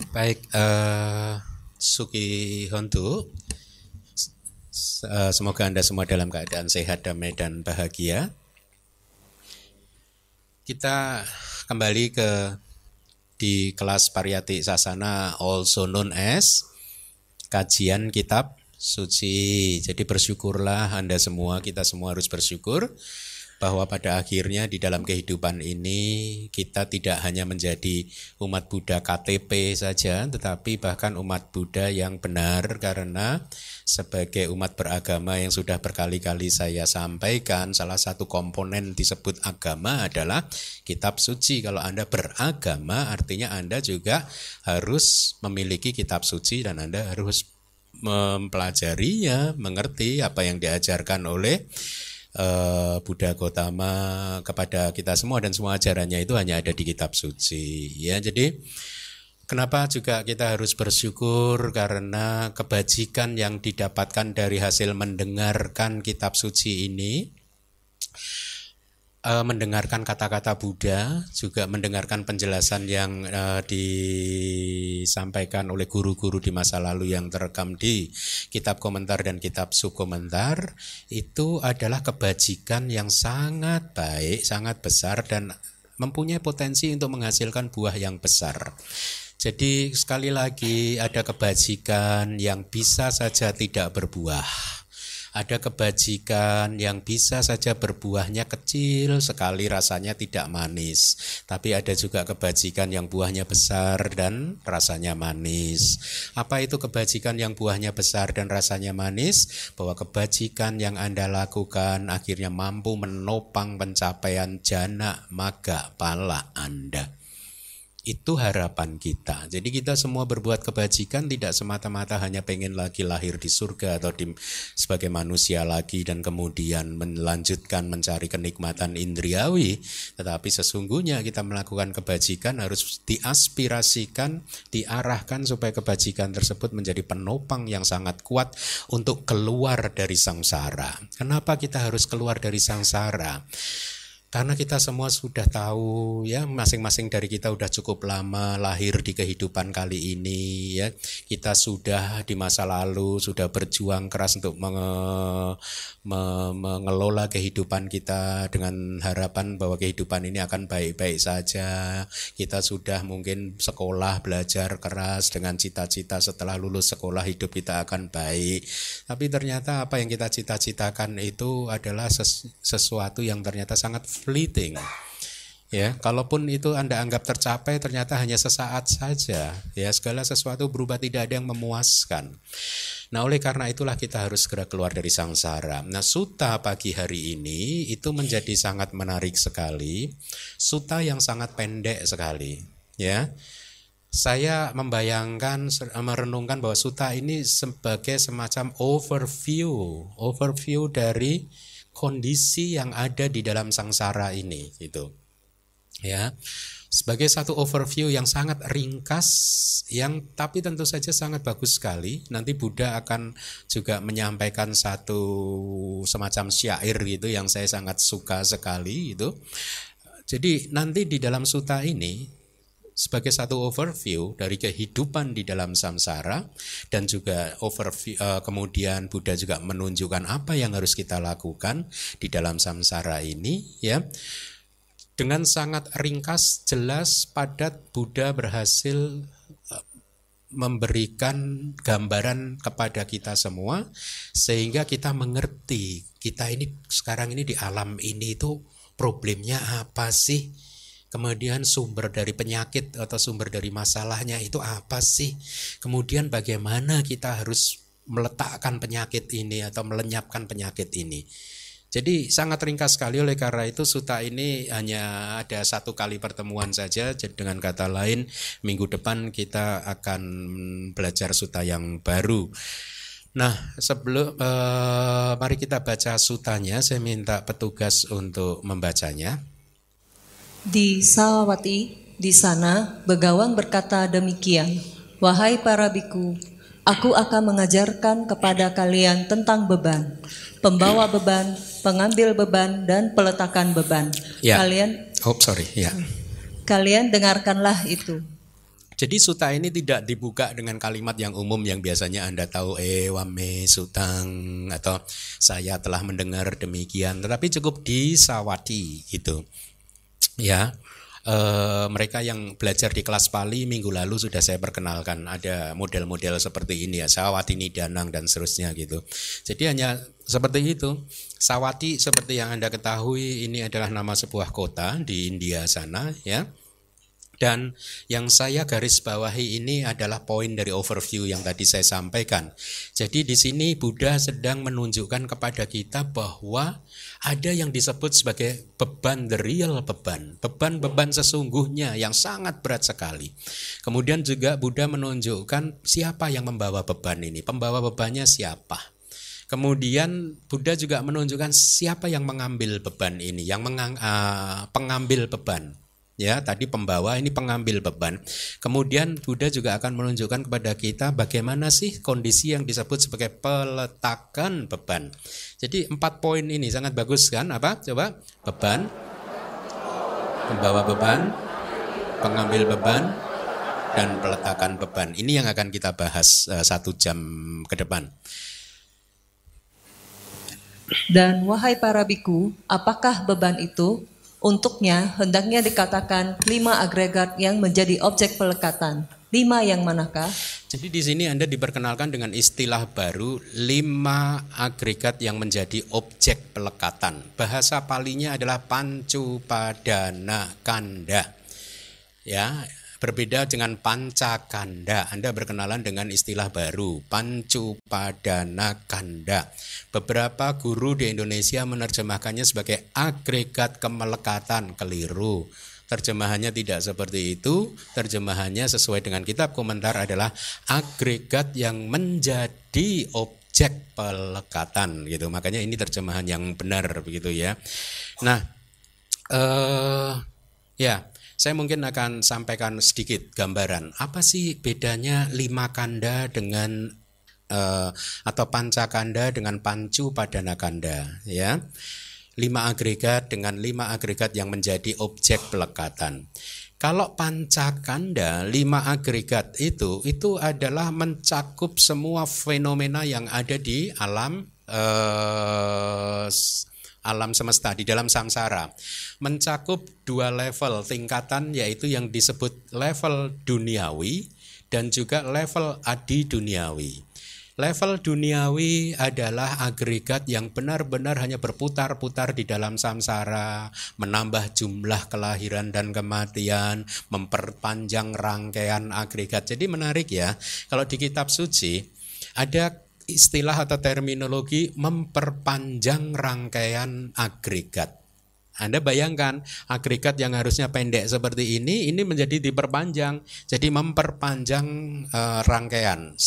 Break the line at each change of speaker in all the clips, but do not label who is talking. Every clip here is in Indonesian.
Baik, Suki Hontu, semoga Anda semua dalam keadaan sehat, damai, dan bahagia. Kita kembali di kelas Pariyati Sasana, also known as kajian kitab suci. Jadi bersyukurlah Anda semua, kita semua harus bersyukur bahwa pada akhirnya di dalam kehidupan ini kita tidak hanya menjadi umat Buddha KTP saja, tetapi bahkan umat Buddha yang benar, karena sebagai umat beragama yang sudah berkali-kali saya sampaikan, salah satu komponen disebut agama adalah kitab suci. Kalau Anda beragama artinya Anda juga harus memiliki kitab suci dan Anda harus mempelajarinya, mengerti apa yang diajarkan oleh Buddha Gautama kepada kita semua, dan semua ajarannya itu hanya ada di kitab suci. Ya, jadi kenapa juga kita harus bersyukur, karena kebajikan yang didapatkan dari hasil mendengarkan kitab suci ini, mendengarkan kata-kata Buddha, juga mendengarkan penjelasan yang disampaikan oleh guru-guru di masa lalu yang terekam di kitab komentar dan kitab subkomentar, itu adalah kebajikan yang sangat baik, sangat besar, dan mempunyai potensi untuk menghasilkan buah yang besar. Jadi sekali lagi, ada kebajikan yang bisa saja tidak berbuah. Ada kebajikan yang bisa saja berbuahnya kecil sekali, rasanya tidak manis. Tapi ada juga kebajikan yang buahnya besar dan rasanya manis. Apa itu kebajikan yang buahnya besar dan rasanya manis? Bahwa kebajikan yang Anda lakukan akhirnya mampu menopang pencapaian jana maga pala Anda. Itu harapan kita. Jadi kita semua berbuat kebajikan tidak semata-mata hanya pengen lagi lahir di surga atau sebagai manusia lagi dan kemudian melanjutkan mencari kenikmatan indriawi, tetapi sesungguhnya kita melakukan kebajikan harus diaspirasikan, diarahkan supaya kebajikan tersebut menjadi penopang yang sangat kuat untuk keluar dari sangsara. Kenapa kita harus keluar dari sangsara? Karena kita semua sudah tahu, ya, masing-masing dari kita sudah cukup lama lahir di kehidupan kali ini, ya. Kita sudah di masa lalu sudah berjuang keras untuk mengelola kehidupan kita dengan harapan bahwa kehidupan ini akan baik-baik saja. Kita sudah mungkin sekolah, belajar keras dengan cita-cita setelah lulus sekolah hidup kita akan baik. Tapi ternyata apa yang kita cita-citakan itu adalah sesuatu yang ternyata sangat fleeting. Ya, kalaupun itu Anda anggap tercapai, ternyata hanya sesaat saja. Ya, segala sesuatu berubah, tidak ada yang memuaskan. Nah, oleh karena itulah kita harus segera keluar dari sangsara. Nah, sutta pagi hari ini itu menjadi sangat menarik sekali. Sutta yang sangat pendek sekali, ya. Saya membayangkan, merenungkan bahwa sutta ini sebagai semacam overview dari kondisi yang ada di dalam sangsara ini, gitu. Ya, sebagai satu overview yang sangat ringkas, yang tapi tentu saja sangat bagus sekali. Nanti Buddha akan juga menyampaikan satu semacam syair gitu yang saya sangat suka sekali itu. Jadi nanti di dalam sutta ini sebagai satu overview dari kehidupan di dalam samsara, dan juga overview, kemudian Buddha juga menunjukkan apa yang harus kita lakukan di dalam samsara ini, ya. Dengan sangat ringkas, jelas, padat, Buddha berhasil memberikan gambaran kepada kita semua sehingga kita mengerti kita ini sekarang ini di alam ini itu problemnya apa sih? Kemudian sumber dari penyakit atau sumber dari masalahnya itu apa sih? Kemudian bagaimana kita harus meletakkan penyakit ini atau melenyapkan penyakit ini. Jadi sangat ringkas sekali, oleh karena itu sutta ini hanya ada satu kali pertemuan saja. Jadi dengan kata lain, minggu depan kita akan belajar sutta yang baru. Nah, sebelum mari kita baca suttanya. Saya minta petugas untuk membacanya.
Di Sawawati, di sana Begawang berkata demikian, "Wahai para biku, aku akan mengajarkan kepada kalian tentang beban, pembawa beban, pengambil beban, dan peletakan beban.
Ya.
Kalian dengarkanlah itu.
Jadi suta ini tidak dibuka dengan kalimat yang umum yang biasanya Anda tahu wame sutang atau saya telah mendengar demikian, tetapi cukup disawati gitu. Ya. Mereka yang belajar di kelas Pali minggu lalu sudah saya perkenalkan, ada model-model seperti ini ya, Sawati Nidanang dan seterusnya gitu. Jadi hanya seperti itu. Sawati seperti yang Anda ketahui ini adalah nama sebuah kota di India sana ya. Dan yang saya garis bawahi ini adalah poin dari overview yang tadi saya sampaikan. Jadi di sini Buddha sedang menunjukkan kepada kita bahwa ada yang disebut sebagai beban, the real beban. Beban-beban sesungguhnya yang sangat berat sekali. Kemudian juga Buddha menunjukkan siapa yang membawa beban ini. Pembawa bebannya siapa. Kemudian Buddha juga menunjukkan siapa yang mengambil beban ini, yang pengambil beban. Ya, tadi pembawa, ini pengambil beban. Kemudian Buddha juga akan menunjukkan kepada kita bagaimana sih kondisi yang disebut sebagai peletakan beban. Jadi 4 poin ini sangat bagus kan? Apa? Coba. Beban, pembawa beban, pengambil beban, dan peletakan beban. Ini yang akan kita bahas 1 jam ke depan.
Dan wahai para biku, apakah beban itu? Untuknya hendaknya dikatakan 5 agregat yang menjadi objek pelekatan. 5 yang manakah?
Jadi di sini Anda diperkenalkan dengan istilah baru 5 agregat yang menjadi objek pelekatan. Bahasa Palinya adalah pancupadana kanda. Ya, berbeda dengan pancakanda. Anda berkenalan dengan istilah baru pancupadana kanda. Beberapa guru di Indonesia menerjemahkannya sebagai agregat kemelekatan. Keliru. Terjemahannya tidak seperti itu. Terjemahannya sesuai dengan kitab komentar adalah agregat yang menjadi objek pelekatan gitu. Makanya ini terjemahan yang benar begitu ya. Nah, ya, saya mungkin akan sampaikan sedikit gambaran. Apa sih bedanya 5 kanda dengan atau pancakanda dengan pancupadana kanda ya. 5 agregat dengan 5 agregat yang menjadi objek pelekatan. Kalau pancakanda 5 agregat itu adalah mencakup semua fenomena yang ada di alam semesta, di dalam samsara. Mencakup 2 level tingkatan, yaitu yang disebut level duniawi dan juga level adi duniawi. Level duniawi adalah agregat yang benar-benar hanya berputar-putar di dalam samsara, menambah jumlah kelahiran dan kematian, memperpanjang rangkaian agregat. Jadi menarik ya, kalau di kitab suci ada istilah atau terminologi memperpanjang rangkaian agregat. Anda bayangkan agregat yang harusnya pendek seperti ini menjadi diperpanjang, jadi memperpanjang rangkaian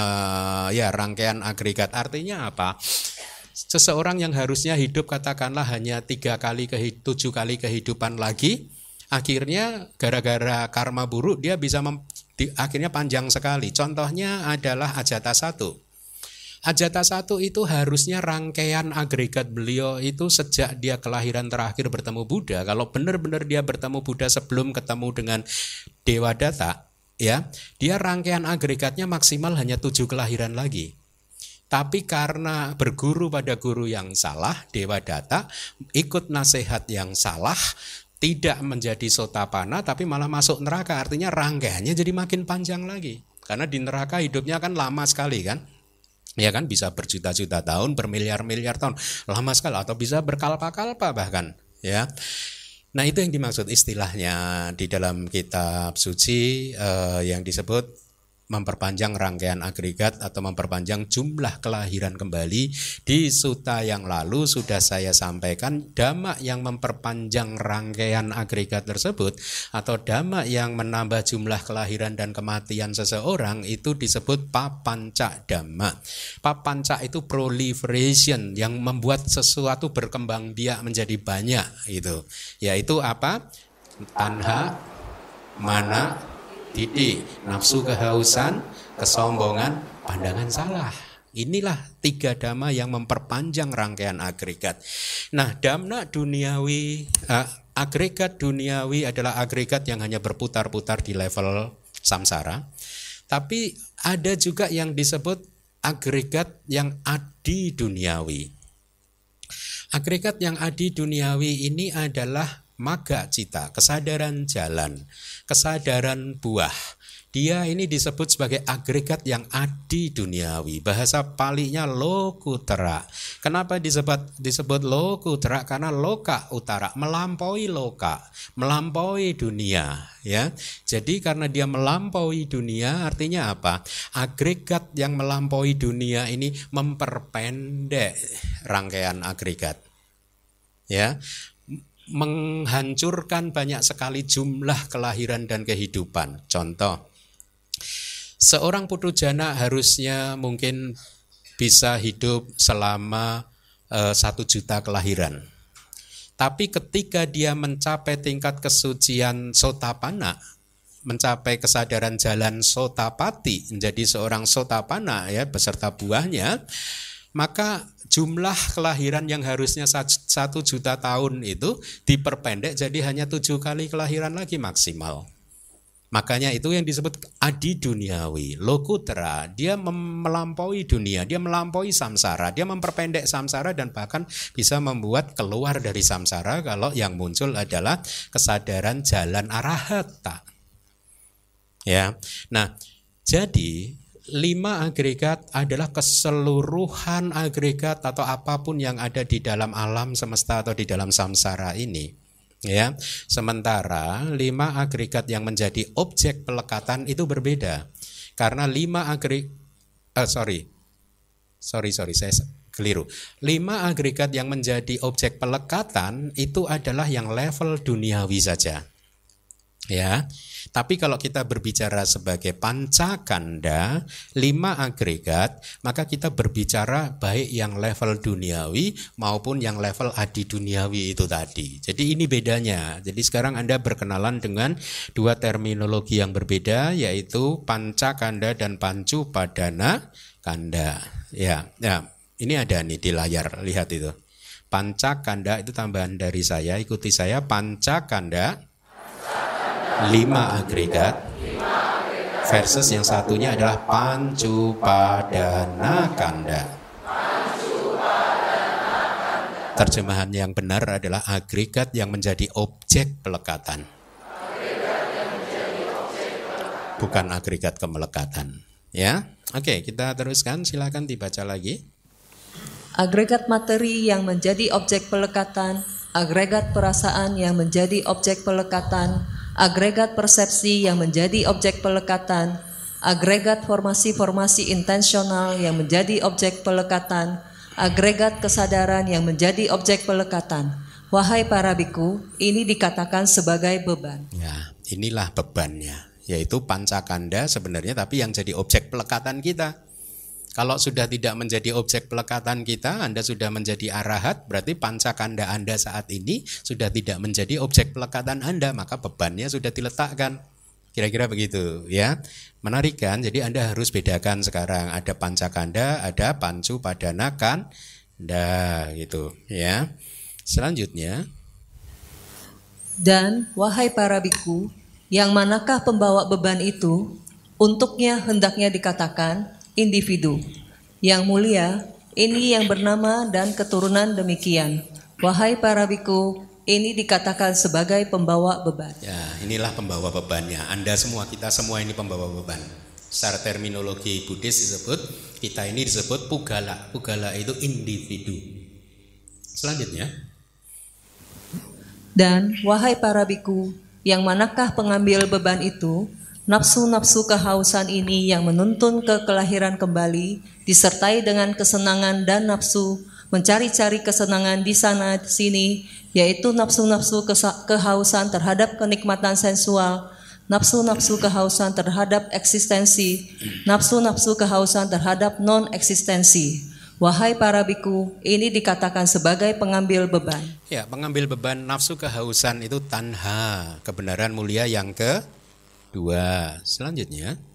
rangkaian agregat. Artinya apa? Seseorang yang harusnya hidup katakanlah hanya 7 kali kehidupan lagi, akhirnya gara-gara karma buruk dia bisa akhirnya panjang sekali. Contohnya adalah Ajata 1. Ajata 1 itu harusnya rangkaian agregat beliau itu sejak dia kelahiran terakhir bertemu Buddha. Kalau benar-benar dia bertemu Buddha sebelum ketemu dengan Devadatta, ya, dia rangkaian agregatnya maksimal hanya 7 kelahiran lagi. Tapi karena berguru pada guru yang salah, Devadatta ikut nasihat yang salah, tidak menjadi sotapana tapi malah masuk neraka. Artinya rangkaiannya jadi makin panjang lagi. Karena di neraka hidupnya kan lama sekali kan. Ya kan, bisa berjuta-juta tahun, bermiliar-miliar tahun, lama sekali, atau bisa berkalpa-kalpa bahkan ya. Nah, itu yang dimaksud istilahnya di dalam kitab suci yang disebut memperpanjang rangkaian agregat atau memperpanjang jumlah kelahiran kembali. Di sutta yang lalu sudah saya sampaikan dhamma yang memperpanjang rangkaian agregat tersebut atau dhamma yang menambah jumlah kelahiran dan kematian seseorang itu disebut papanca dhamma. Papanca itu proliferation, yang membuat sesuatu berkembang biak menjadi banyak itu. Yaitu apa? Tanha, mana, titi, nafsu kehausan, kesombongan, pandangan salah. Inilah 3 dhamma yang memperpanjang rangkaian agregat. Nah, dhamma duniawi, agregat duniawi adalah agregat yang hanya berputar-putar di level samsara. Tapi ada juga yang disebut agregat yang adi duniawi. Agregat yang adi duniawi ini adalah magga cita, kesadaran jalan, kesadaran buah. Dia ini disebut sebagai agregat yang adi duniawi. Bahasa Palinya lokutera. Kenapa disebut lokutera? Karena loka utara, melampaui loka, melampaui dunia, ya. Jadi karena dia melampaui dunia, artinya apa? Agregat yang melampaui dunia ini memperpendek rangkaian agregat. Ya. Menghancurkan banyak sekali jumlah kelahiran dan kehidupan. Contoh, seorang putu jana harusnya mungkin bisa hidup selama 1 juta kelahiran. Tapi ketika dia mencapai tingkat kesucian sotapana, mencapai kesadaran jalan sotapati, menjadi seorang sotapana ya beserta buahnya, maka jumlah kelahiran yang harusnya 1 juta tahun itu diperpendek jadi hanya 7 kali kelahiran lagi maksimal. Makanya itu yang disebut adi duniawi, lokutera. Dia melampaui dunia, dia melampaui samsara, dia memperpendek samsara dan bahkan bisa membuat keluar dari samsara kalau yang muncul adalah kesadaran jalan arahata. Ya. Nah, jadi 5 agregat adalah keseluruhan agregat atau apapun yang ada di dalam alam semesta atau di dalam samsara ini. Ya, sementara 5 agregat yang menjadi objek pelekatan itu berbeda. Karena 5 saya keliru. 5 agregat yang menjadi objek pelekatan itu adalah yang level duniawi saja. Ya. Tapi kalau kita berbicara sebagai pancakanda 5 agregat, maka kita berbicara baik yang level duniawi maupun yang level adi duniawi itu tadi. Jadi ini bedanya. Jadi sekarang Anda berkenalan dengan 2 terminologi yang berbeda, yaitu pancakanda dan pancupadana kanda. Ya, ini ada nih di layar, lihat itu. Pancakanda itu tambahan dari saya, ikuti saya. Pancakanda 5 agregat versus yang satunya adalah pancupadana kanda. Terjemahan yang benar adalah agregat yang menjadi objek pelekatan, bukan agregat kemelekatan. Ya, oke, kita teruskan. Silakan dibaca lagi.
Agregat materi yang menjadi objek pelekatan, agregat perasaan yang menjadi objek pelekatan, agregat persepsi yang menjadi objek pelekatan, agregat formasi-formasi intensional yang menjadi objek pelekatan, agregat kesadaran yang menjadi objek pelekatan. Wahai para biku, ini dikatakan sebagai beban.
Ya, inilah bebannya, yaitu pancakanda sebenarnya, tapi yang jadi objek pelekatan kita. Kalau sudah tidak menjadi objek pelekatan kita, Anda sudah menjadi arahat, berarti pancakanda Anda saat ini sudah tidak menjadi objek pelekatan Anda, maka bebannya sudah diletakkan. Kira-kira begitu, ya. Menarik kan? Jadi Anda harus bedakan sekarang, ada pancakanda, ada pancupadana kanda, gitu, ya. Selanjutnya.
Dan wahai para biku, yang manakah pembawa beban itu? Untuknya hendaknya dikatakan individu. Yang mulia, ini yang bernama dan keturunan demikian. Wahai para biku, ini dikatakan sebagai pembawa beban.
Ya, inilah pembawa bebannya. Anda semua, kita semua ini pembawa beban. Secara terminologi Buddhis disebut, kita ini disebut pugala. Pugala itu individu. Selanjutnya.
Dan wahai para biku, yang manakah pengambil beban itu? Nafsu-nafsu kehausan ini yang menuntun ke kelahiran kembali, disertai dengan kesenangan dan nafsu, mencari-cari kesenangan di sana sini, yaitu nafsu-nafsu kehausan terhadap kenikmatan sensual, nafsu-nafsu kehausan terhadap eksistensi, nafsu-nafsu kehausan terhadap non-eksistensi. Wahai para biku, ini dikatakan sebagai pengambil beban.
Ya, pengambil beban nafsu kehausan itu tanha, kebenaran mulia yang kedua. Selanjutnya.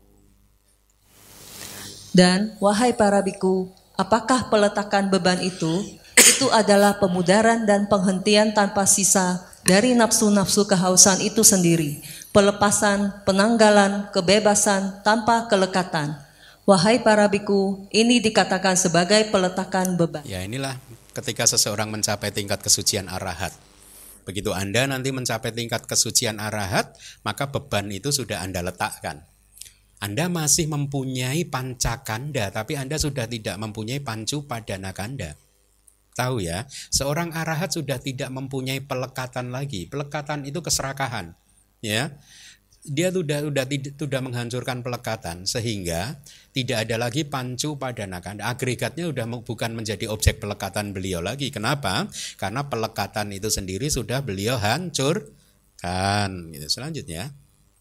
Dan wahai para biku, apakah peletakan beban itu? Itu adalah pemudaran dan penghentian tanpa sisa dari nafsu-nafsu kehausan itu sendiri. pelepasan, penanggalan, kebebasan tanpa kelekatan. Wahai para biku, ini dikatakan sebagai peletakan beban.
Ya, inilah ketika seseorang mencapai tingkat kesucian arahat. Begitu Anda nanti mencapai tingkat kesucian arahat, maka beban itu sudah Anda letakkan. Anda masih mempunyai pancakanda, tapi Anda sudah tidak mempunyai pancu padanakanda. Tahu ya, seorang arahat sudah tidak mempunyai pelekatan lagi. Pelekatan itu keserakahan. Ya, dia sudah menghancurkan pelekatan sehingga tidak ada lagi pancu padanakanda. Agregatnya sudah bukan menjadi objek pelekatan beliau lagi. Kenapa? Karena pelekatan itu sendiri sudah beliau hancurkan. Selanjutnya,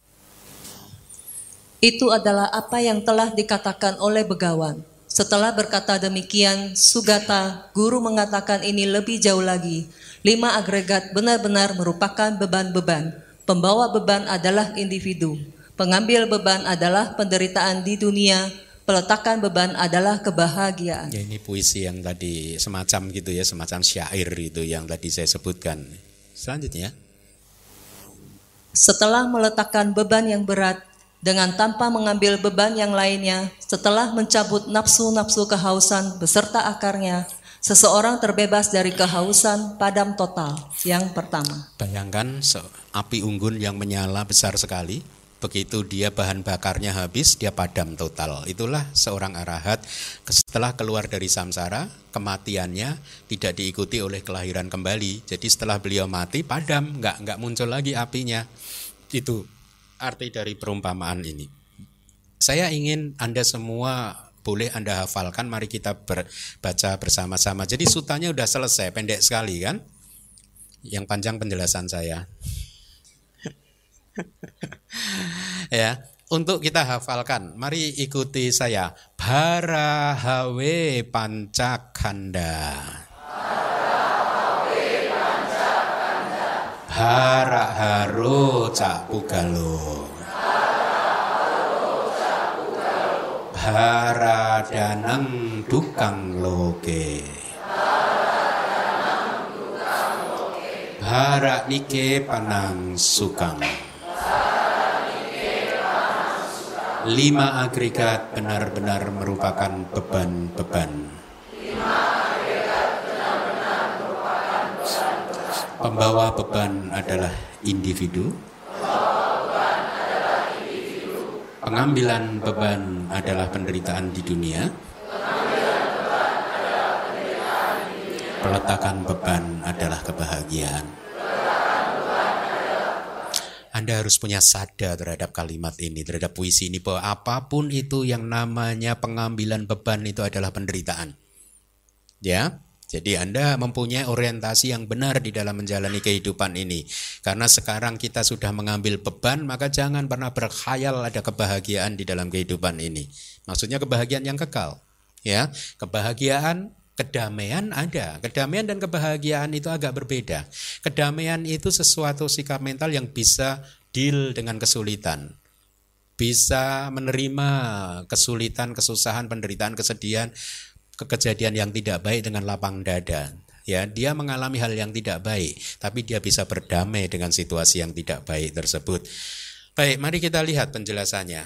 itu adalah apa yang telah dikatakan oleh Begawan. Setelah berkata demikian, Sugata, guru mengatakan ini lebih jauh lagi. 5 agregat benar-benar merupakan beban-beban. Pembawa beban adalah individu. Pengambil beban adalah penderitaan di dunia. Peletakan beban adalah kebahagiaan.
Ya, ini puisi yang tadi semacam gitu ya, semacam syair itu yang tadi saya sebutkan. Selanjutnya,
setelah meletakkan beban yang berat dengan tanpa mengambil beban yang lainnya, setelah mencabut nafsu-nafsu kehausan beserta akarnya, seseorang terbebas dari kehausan padam total. Yang pertama,
bayangkan api unggun yang menyala besar sekali, begitu dia bahan bakarnya habis, dia padam total. Itulah seorang arahat setelah keluar dari samsara, kematiannya tidak diikuti oleh kelahiran kembali. Jadi setelah beliau mati, padam, nggak muncul lagi apinya. Itu arti dari perumpamaan ini. Saya ingin Anda semua boleh Anda hafalkan, mari kita baca bersama-sama. Jadi sutanya udah selesai, pendek sekali kan? Yang panjang penjelasan saya. Ya, untuk kita hafalkan, mari ikuti saya. Bharahawe pancakanda. Bharaharo cakugalo. Bharadanang dukang loke. Bhara nike panang sukang. 5 agregat benar-benar merupakan beban-beban. Pembawa beban adalah individu. Pengambilan beban adalah penderitaan di dunia. Peletakan beban adalah kebahagiaan. Anda harus punya sadar terhadap kalimat ini, terhadap puisi ini, bahwa apapun itu yang namanya pengambilan beban itu adalah penderitaan. Ya, jadi Anda mempunyai orientasi yang benar di dalam menjalani kehidupan ini. Karena sekarang kita sudah mengambil beban, maka jangan pernah berkhayal ada kebahagiaan di dalam kehidupan ini. Maksudnya kebahagiaan yang kekal. Ya, kebahagiaan, kedamaian ada. Kedamaian dan kebahagiaan itu agak berbeda. Kedamaian itu sesuatu sikap mental yang bisa deal dengan kesulitan. Bisa menerima kesulitan, kesusahan, penderitaan, kesedihan, kejadian yang tidak baik dengan lapang dada. Ya, dia mengalami hal yang tidak baik, tapi dia bisa berdamai dengan situasi yang tidak baik tersebut. Baik, mari kita lihat penjelasannya.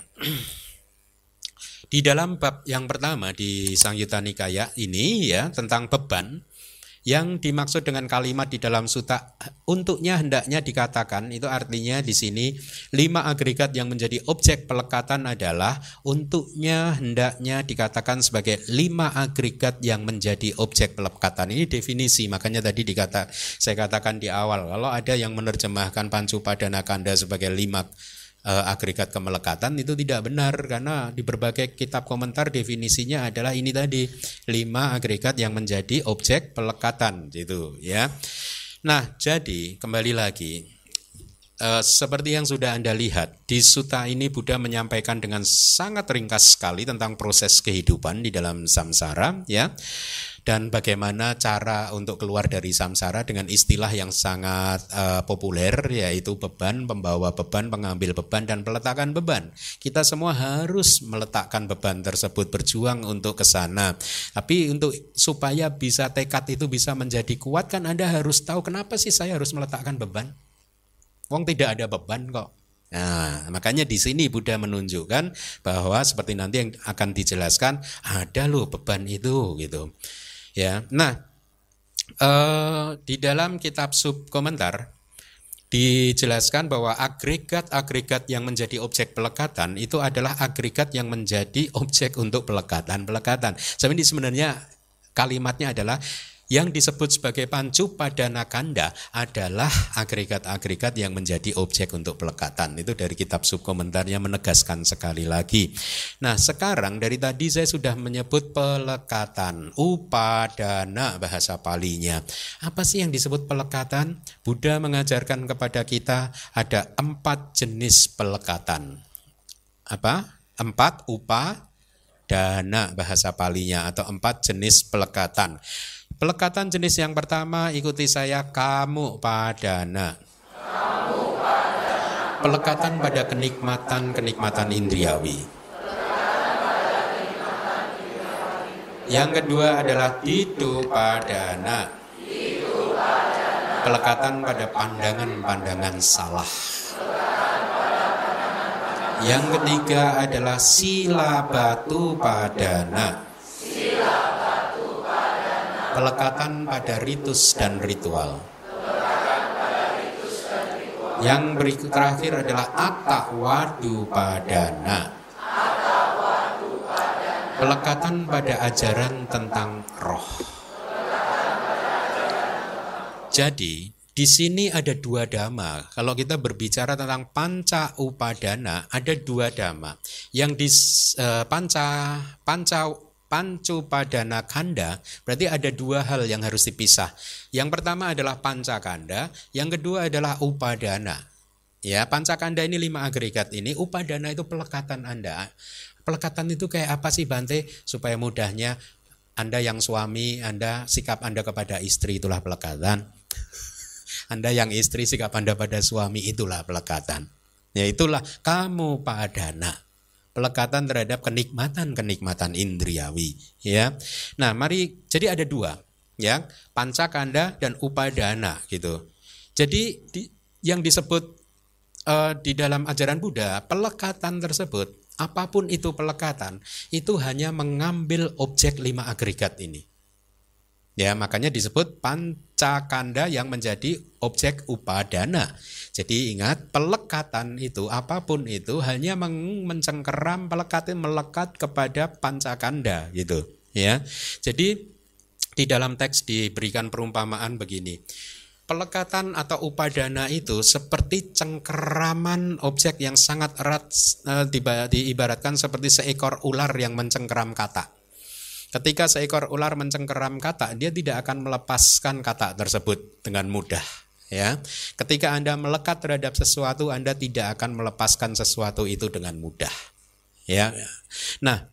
Di dalam bab yang pertama di Sangyutta Nikaya ini ya, tentang beban, yang dimaksud dengan kalimat di dalam sutta untuknya hendaknya dikatakan, itu artinya di sini 5 agregat yang menjadi objek pelekatan adalah untuknya hendaknya dikatakan sebagai 5 agregat yang menjadi objek pelekatan. Ini definisi, makanya tadi saya katakan di awal, kalau ada yang menerjemahkan pancu padanakanda sebagai 5 agregat kemelekatan, itu tidak benar, karena di berbagai kitab komentar definisinya adalah ini tadi 5 agregat yang menjadi objek pelekatan gitu ya. Nah, jadi kembali lagi seperti yang sudah Anda lihat di sutta ini, Buddha menyampaikan dengan sangat ringkas sekali tentang proses kehidupan di dalam samsara ya. Dan bagaimana cara untuk keluar dari samsara dengan istilah yang sangat populer, yaitu beban, pembawa beban, pengambil beban, dan peletakan beban. Kita semua harus meletakkan beban tersebut, berjuang untuk ke sana. Tapi supaya bisa tekad itu bisa menjadi kuat, kan Anda harus tahu kenapa sih saya harus meletakkan beban. Wong tidak ada beban kok. Nah, makanya di sini Buddha menunjukkan bahwa seperti nanti yang akan dijelaskan ada loh beban itu gitu. Ya. Nah, di dalam kitab sub komentar dijelaskan bahwa agregat-agregat yang menjadi objek pelekatan itu adalah agregat yang menjadi objek untuk pelekatan-pelekatan. Sebenarnya kalimatnya adalah yang disebut sebagai pancu padana kanda adalah agregat-agregat yang menjadi objek untuk pelekatan. Itu dari kitab subkomentarnya menegaskan sekali lagi. Nah, sekarang dari tadi saya sudah menyebut pelekatan, upadana bahasa Palinya. Apa sih yang disebut pelekatan? Buddha mengajarkan kepada kita ada 4 jenis pelekatan. Apa? 4 upadana bahasa Palinya atau 4 jenis pelekatan. Pelekatan jenis yang pertama, ikuti saya, kamu padana. Pelekatan pada kenikmatan indriawi. Yang kedua adalah didu padana. Pelekatan pada pandangan-pandangan salah. Yang ketiga adalah sila batu padana. Pelekatan pada ritus dan ritual. Yang berikut terakhir adalah atta wadu padana. Pelekatan pada ajaran tentang roh. Jadi di sini ada 2 dhamma. Kalau kita berbicara tentang panca upadana, ada 2 dhamma. Yang di Pancu padana kanda berarti ada 2 hal yang harus dipisah. Yang pertama adalah pancakanda, yang kedua adalah upadana. Ya, pancakanda ini 5 agregat ini, upadana itu pelekatan Anda. Pelekatan itu kayak apa sih Bante? Supaya mudahnya Anda yang suami, Anda sikap Anda kepada istri itulah pelekatan. Anda yang istri sikap Anda pada suami itulah pelekatan. Ya itulah kamu padana. Pelekatan terhadap kenikmatan indriawi, ya. Nah, mari jadi ada 2, ya, pancakanda dan upadana gitu. Jadi yang disebut di dalam ajaran Buddha, pelekatan tersebut, apapun itu pelekatan, itu hanya mengambil objek 5 agregat ini. Ya, makanya disebut pancakanda yang menjadi objek upadana. Jadi ingat, pelekatan itu apapun itu hanya mencengkeram, melekat kepada pancakanda gitu, ya. Jadi di dalam teks diberikan perumpamaan begini. Pelekatan atau upadana itu seperti cengkeraman objek yang sangat erat, diibaratkan seperti seekor ular yang mencengkeram katak. Ketika seekor ular mencengkeram katak, dia tidak akan melepaskan katak tersebut dengan mudah. Ya, ketika Anda melekat terhadap sesuatu, Anda tidak akan melepaskan sesuatu itu dengan mudah. Ya, nah,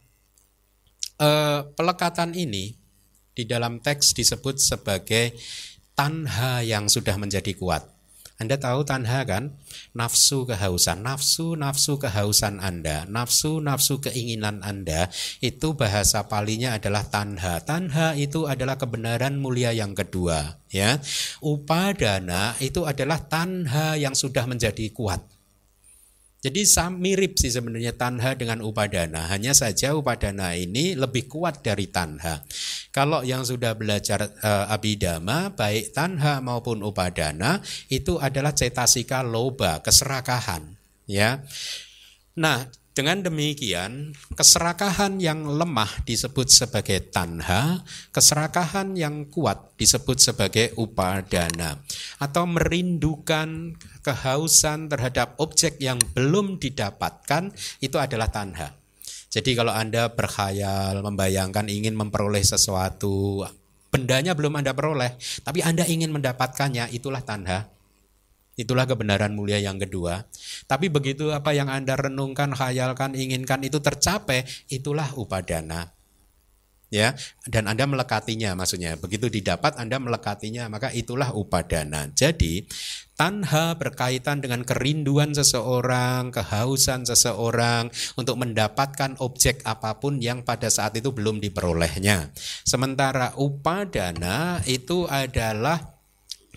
pelekatan ini di dalam teks disebut sebagai tanha yang sudah menjadi kuat. Anda tahu tanha kan? Nafsu kehausan, nafsu kehausan Anda, nafsu keinginan Anda, itu bahasa Palinya adalah tanha. Tanha itu adalah kebenaran mulia yang kedua, ya. Upadana itu adalah tanha yang sudah menjadi kuat. Jadi mirip sih sebenarnya tanha dengan upadana, hanya saja upadana ini lebih kuat dari tanha. Kalau yang sudah belajar abhidhamma, baik tanha maupun upadana, itu adalah cetasika loba, keserakahan, ya. Nah, dengan demikian, keserakahan yang lemah disebut sebagai tanha, keserakahan yang kuat disebut sebagai upadana. Atau merindukan kehausan terhadap objek yang belum didapatkan, itu adalah tanha. Jadi kalau Anda berkhayal, membayangkan ingin memperoleh sesuatu, bendanya belum Anda peroleh, tapi Anda ingin mendapatkannya, itulah tanha. Itulah kebenaran mulia yang kedua. Tapi begitu apa yang Anda renungkan, khayalkan, inginkan itu tercapai, itulah upadana. Ya, dan Anda melekatinya, maksudnya begitu didapat Anda melekatinya, maka itulah upadana. Jadi tanha berkaitan dengan kerinduan seseorang, kehausan seseorang untuk mendapatkan objek apapun yang pada saat itu belum diperolehnya. Sementara upadana itu adalah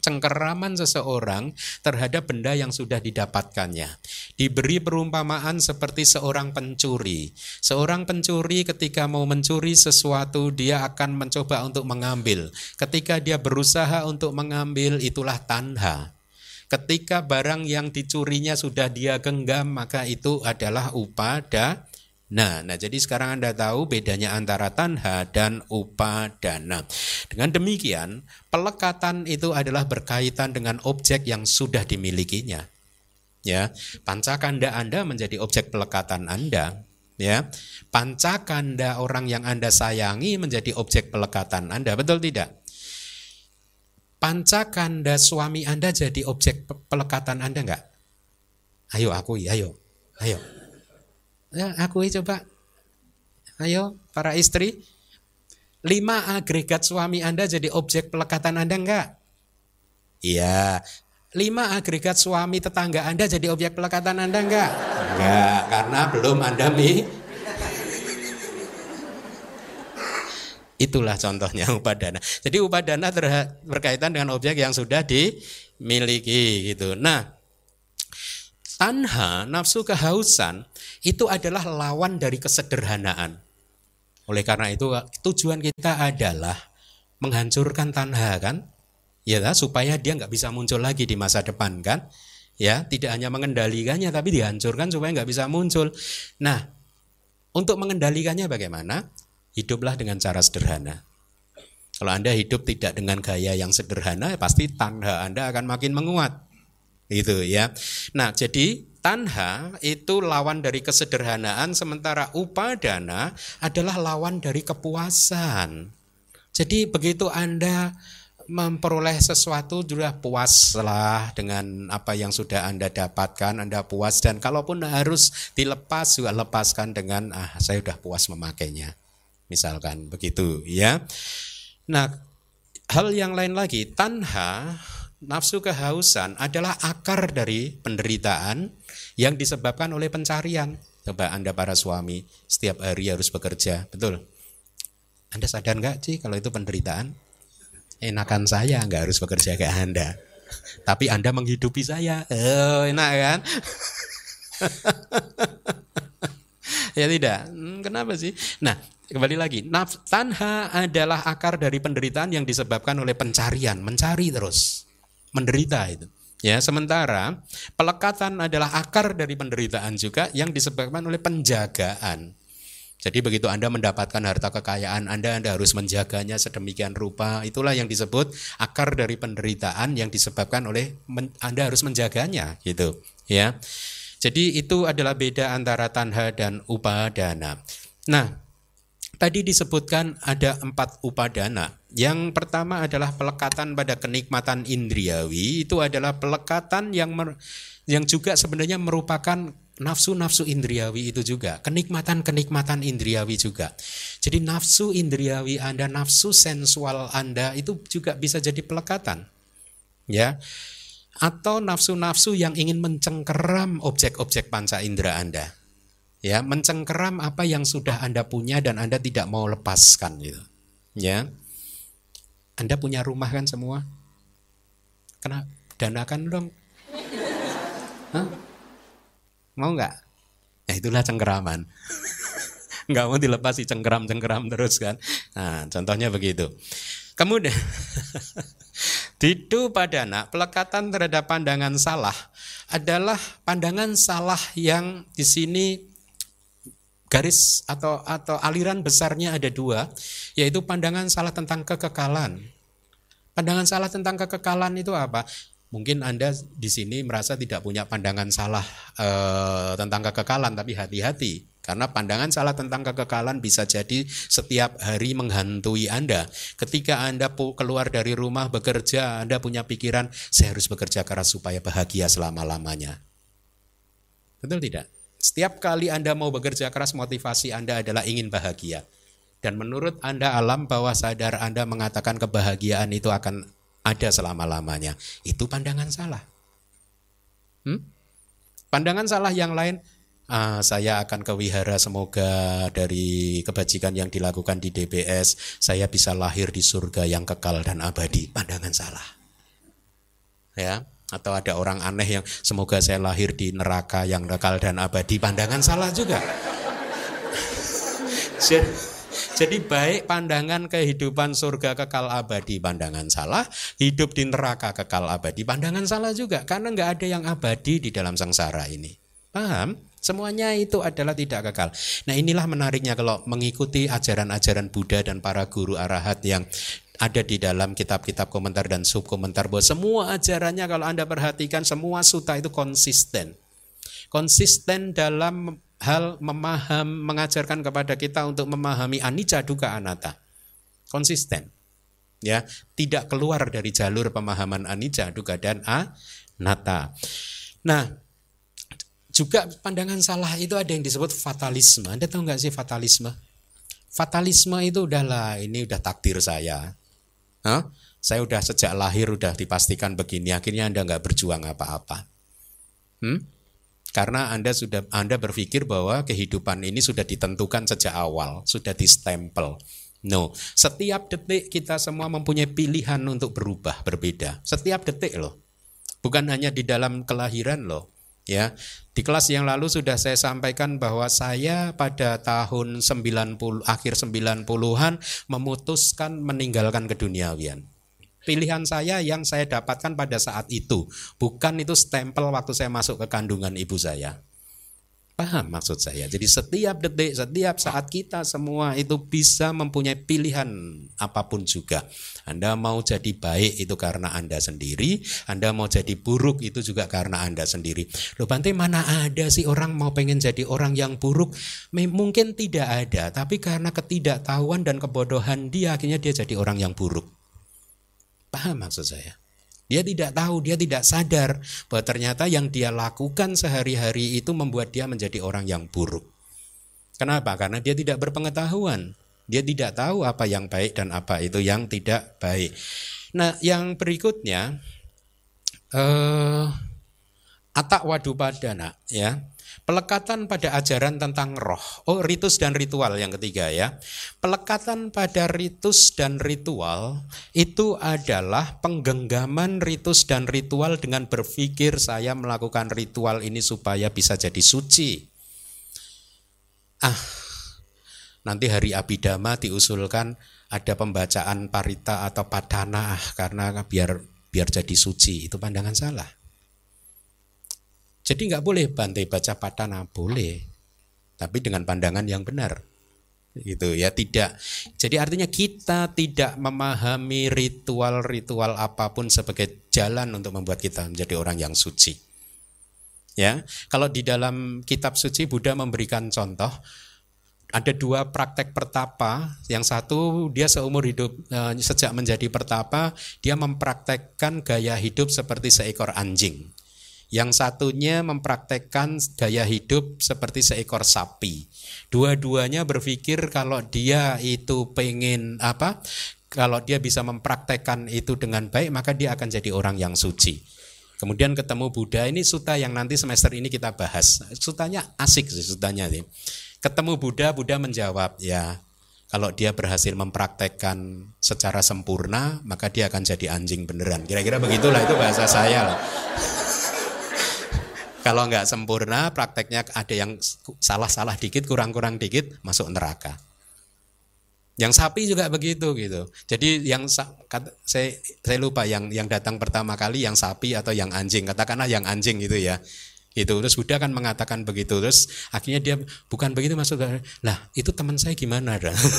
cengkeraman seseorang terhadap benda yang sudah didapatkannya. Diberi perumpamaan seperti seorang pencuri. Seorang pencuri ketika mau mencuri sesuatu, dia akan mencoba untuk mengambil. Ketika dia berusaha untuk mengambil, itulah tanha. Ketika barang yang dicurinya sudah dia genggam, maka itu adalah upadana. Nah, jadi sekarang Anda tahu bedanya antara tanha dan upadana. Dengan demikian, pelekatan itu adalah berkaitan dengan objek yang sudah dimilikinya. Ya, pancakanda Anda menjadi objek pelekatan Anda. Ya, pancakanda orang yang Anda sayangi menjadi objek pelekatan Anda. Betul tidak? Pancakanda suami Anda jadi objek pelekatan Anda enggak? Ayo akui, ayo. Ya, akui coba. Ayo para istri. 5 agregat suami Anda jadi objek pelekatan Anda enggak? Iya. 5 agregat suami tetangga Anda jadi objek pelekatan Anda enggak? Enggak, karena belum Anda Itulah contohnya upadana. Jadi upadana berkaitan dengan objek yang sudah dimiliki gitu. Nah, tanha, nafsu kehausan, itu adalah lawan dari kesederhanaan. Oleh karena itu tujuan kita adalah menghancurkan tanha kan? Ya, supaya dia nggak bisa muncul lagi di masa depan kan? Ya, tidak hanya mengendalikannya tapi dihancurkan supaya nggak bisa muncul. Nah, untuk mengendalikannya bagaimana? Hiduplah dengan cara sederhana. Kalau Anda hidup tidak dengan gaya yang sederhana, pasti tanha Anda akan makin menguat. Gitu ya. Nah, jadi tanha itu lawan dari kesederhanaan, sementara upadana adalah lawan dari kepuasan. Jadi begitu Anda memperoleh sesuatu sudah puaslah dengan apa yang sudah Anda dapatkan, Anda puas, dan kalaupun harus dilepas juga lepaskan dengan saya sudah puas memakainya. Misalkan begitu ya. Nah, hal yang lain lagi, tanha, nafsu kehausan adalah akar dari penderitaan yang disebabkan oleh pencarian. Coba Anda para suami setiap hari harus bekerja, betul? Anda sadar nggak sih kalau itu penderitaan? Enakan saya nggak harus bekerja kayak Anda, tapi Anda menghidupi saya, enak kan? Ya tidak, kenapa sih? Nah, kembali lagi, tanha adalah akar dari penderitaan yang disebabkan oleh pencarian, mencari terus, menderita itu. Ya, sementara pelekatan adalah akar dari penderitaan juga yang disebabkan oleh penjagaan. Jadi begitu Anda mendapatkan harta kekayaan Anda harus menjaganya sedemikian rupa. Itulah yang disebut akar dari penderitaan yang disebabkan oleh Anda harus menjaganya, gitu. Ya. Jadi itu adalah beda antara tanha dan upadana. Nah, tadi disebutkan ada 4 upadana. Yang pertama adalah pelekatan pada kenikmatan indriawi. Itu adalah pelekatan yang juga sebenarnya merupakan nafsu-nafsu indriawi itu juga. Kenikmatan-kenikmatan indriawi juga. Jadi nafsu indriawi Anda, nafsu sensual Anda itu juga bisa jadi pelekatan. Ya. Atau nafsu-nafsu yang ingin mencengkeram objek-objek panca indera Anda. Ya, mencengkeram apa yang sudah Anda punya dan Anda tidak mau lepaskan gitu. Ya. Anda punya rumah kan semua? Kena danakan dong. Hah? Mau nggak? Nah, itulah cengkeraman. Nggak mau dilepas cengkeram-cengkeram terus kan. Nah, contohnya begitu. Kemudian didu padana, pelekatan terhadap pandangan salah adalah pandangan salah yang di sini garis atau aliran besarnya ada 2, yaitu pandangan salah tentang kekekalan. Pandangan salah tentang kekekalan itu apa? Mungkin Anda di sini merasa tidak punya pandangan salah tentang kekekalan, tapi hati-hati. Karena pandangan salah tentang kekekalan bisa jadi setiap hari menghantui Anda. Ketika Anda keluar dari rumah bekerja, Anda punya pikiran, saya harus bekerja keras supaya bahagia selama-lamanya. Betul tidak? Setiap kali Anda mau bekerja keras, motivasi Anda adalah ingin bahagia. Dan menurut Anda alam bawah sadar Anda mengatakan kebahagiaan itu akan ada selama-lamanya. Itu pandangan salah. Pandangan salah yang lain, saya akan ke wihara, semoga dari kebajikan yang dilakukan di DBS saya bisa lahir di surga yang kekal dan abadi. Pandangan salah. ya. Atau ada orang aneh yang semoga saya lahir di neraka yang kekal dan abadi, pandangan salah juga. Jadi baik pandangan kehidupan surga kekal abadi, pandangan salah. Hidup di neraka kekal abadi, pandangan salah juga. Karena nggak ada yang abadi di dalam sengsara ini. Paham? Semuanya itu adalah tidak kekal. Nah inilah menariknya kalau mengikuti ajaran-ajaran Buddha dan para guru arahat yang ada di dalam kitab-kitab komentar dan subkomentar, bahwa semua ajarannya kalau Anda perhatikan semua sutta itu konsisten. Konsisten dalam hal mengajarkan kepada kita untuk memahami anicca dukkha anatta. Konsisten. Ya, tidak keluar dari jalur pemahaman anicca dukkha dan anatta. Nah, juga pandangan salah itu ada yang disebut fatalisme. Anda tahu nggak sih fatalisme? Fatalisme itu udahlah, ini udah takdir saya. Saya udah sejak lahir udah dipastikan begini, akhirnya Anda nggak berjuang apa-apa. Karena Anda berpikir bahwa kehidupan ini sudah ditentukan sejak awal, sudah distempel. No, setiap detik kita semua mempunyai pilihan untuk berubah, berbeda. Setiap detik loh. Bukan hanya di dalam kelahiran loh. Ya, di kelas yang lalu sudah saya sampaikan bahwa saya pada tahun akhir 90-an memutuskan meninggalkan keduniawian. Pilihan saya yang saya dapatkan pada saat itu, bukan itu stempel waktu saya masuk ke kandungan ibu saya. Paham maksud saya? Jadi setiap detik, setiap saat kita semua itu bisa mempunyai pilihan apapun juga. Anda mau jadi baik itu karena Anda sendiri, Anda mau jadi buruk itu juga karena Anda sendiri. Loh Bante, mana ada sih orang mau pengen jadi orang yang buruk? Mungkin tidak ada, tapi karena ketidaktahuan dan kebodohan dia, akhirnya dia jadi orang yang buruk. Paham maksud saya? Dia tidak tahu, dia tidak sadar bahwa ternyata yang dia lakukan sehari-hari itu membuat dia menjadi orang yang buruk. Kenapa? Karena dia tidak berpengetahuan. Dia tidak tahu apa yang baik dan apa itu yang tidak baik. Nah, yang berikutnya Atthawadupadana, ya. Pelekatan pada ajaran tentang roh. Ritus dan ritual yang ketiga ya. Pelekatan pada ritus dan ritual itu adalah penggenggaman ritus dan ritual dengan berpikir saya melakukan ritual ini supaya bisa jadi suci. Nanti hari Abhidhamma diusulkan ada pembacaan parita atau padana karena biar jadi suci. Itu pandangan salah. Jadi nggak boleh Bante baca padana, boleh, tapi dengan pandangan yang benar, gitu ya. Tidak. Jadi artinya kita tidak memahami ritual-ritual apapun sebagai jalan untuk membuat kita menjadi orang yang suci. Ya, kalau di dalam kitab suci Buddha memberikan contoh. Ada dua praktek pertapa. Yang satu dia seumur hidup sejak menjadi pertapa dia mempraktekkan gaya hidup seperti seekor anjing. Yang satunya mempraktekkan gaya hidup seperti seekor sapi. Dua-duanya berpikir kalau dia itu kalau dia bisa mempraktekkan itu dengan baik, maka dia akan jadi orang yang suci. Kemudian ketemu Buddha, ini sutta yang nanti semester ini kita bahas. Suttanya asik sih sutanya sih. Ketemu Buddha menjawab, ya kalau dia berhasil mempraktekkan secara sempurna, maka dia akan jadi anjing beneran. Kira-kira begitulah, itu bahasa saya lah. Kalau nggak sempurna, prakteknya ada yang salah-salah dikit, kurang-kurang dikit, masuk neraka. Yang sapi juga begitu gitu. Jadi yang saya lupa yang datang pertama kali yang sapi atau yang anjing. Katakanlah yang anjing gitu ya. Itu terus Buddha kan mengatakan begitu. Terus akhirnya dia bukan begitu maksudnya. Lah itu teman saya gimana?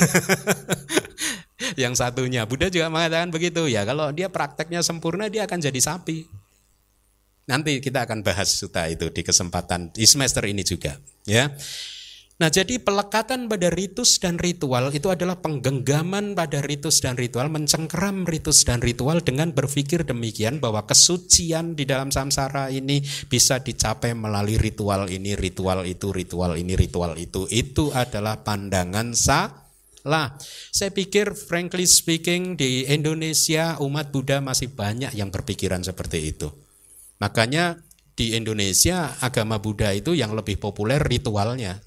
Yang satunya Buddha juga mengatakan begitu ya. Kalau dia prakteknya sempurna dia akan jadi sapi. Nanti kita akan bahas sutta itu di kesempatan di semester ini juga, ya. Nah, jadi pelekatan pada ritus dan ritual itu adalah penggenggaman pada ritus dan ritual, mencengkeram ritus dan ritual dengan berpikir demikian bahwa kesucian di dalam samsara ini bisa dicapai melalui ritual ini, ritual itu, ritual ini, ritual itu. Itu adalah pandangan salah. Saya pikir frankly speaking di Indonesia umat Buddha masih banyak yang berpikiran seperti itu. Makanya di Indonesia agama Buddha itu yang lebih populer ritualnya.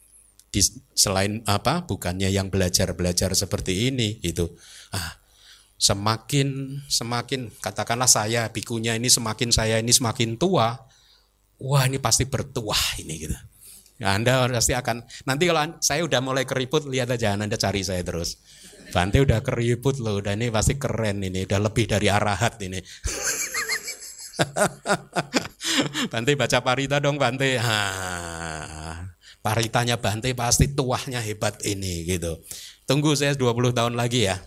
Selain bukannya yang belajar seperti ini gitu. Semakin katakanlah saya bikunya ini semakin tua, wah ini pasti bertuah ini gitu. Ya, Anda pasti akan nanti kalau saya udah mulai keriput, lihat aja Anda cari saya terus. Bante udah keriput loh, udah ini pasti keren ini, udah lebih dari arahat ini. Bante baca parita dong Bante. Paritanya Bante pasti tuahnya hebat ini gitu. Tunggu saya 20 tahun lagi ya.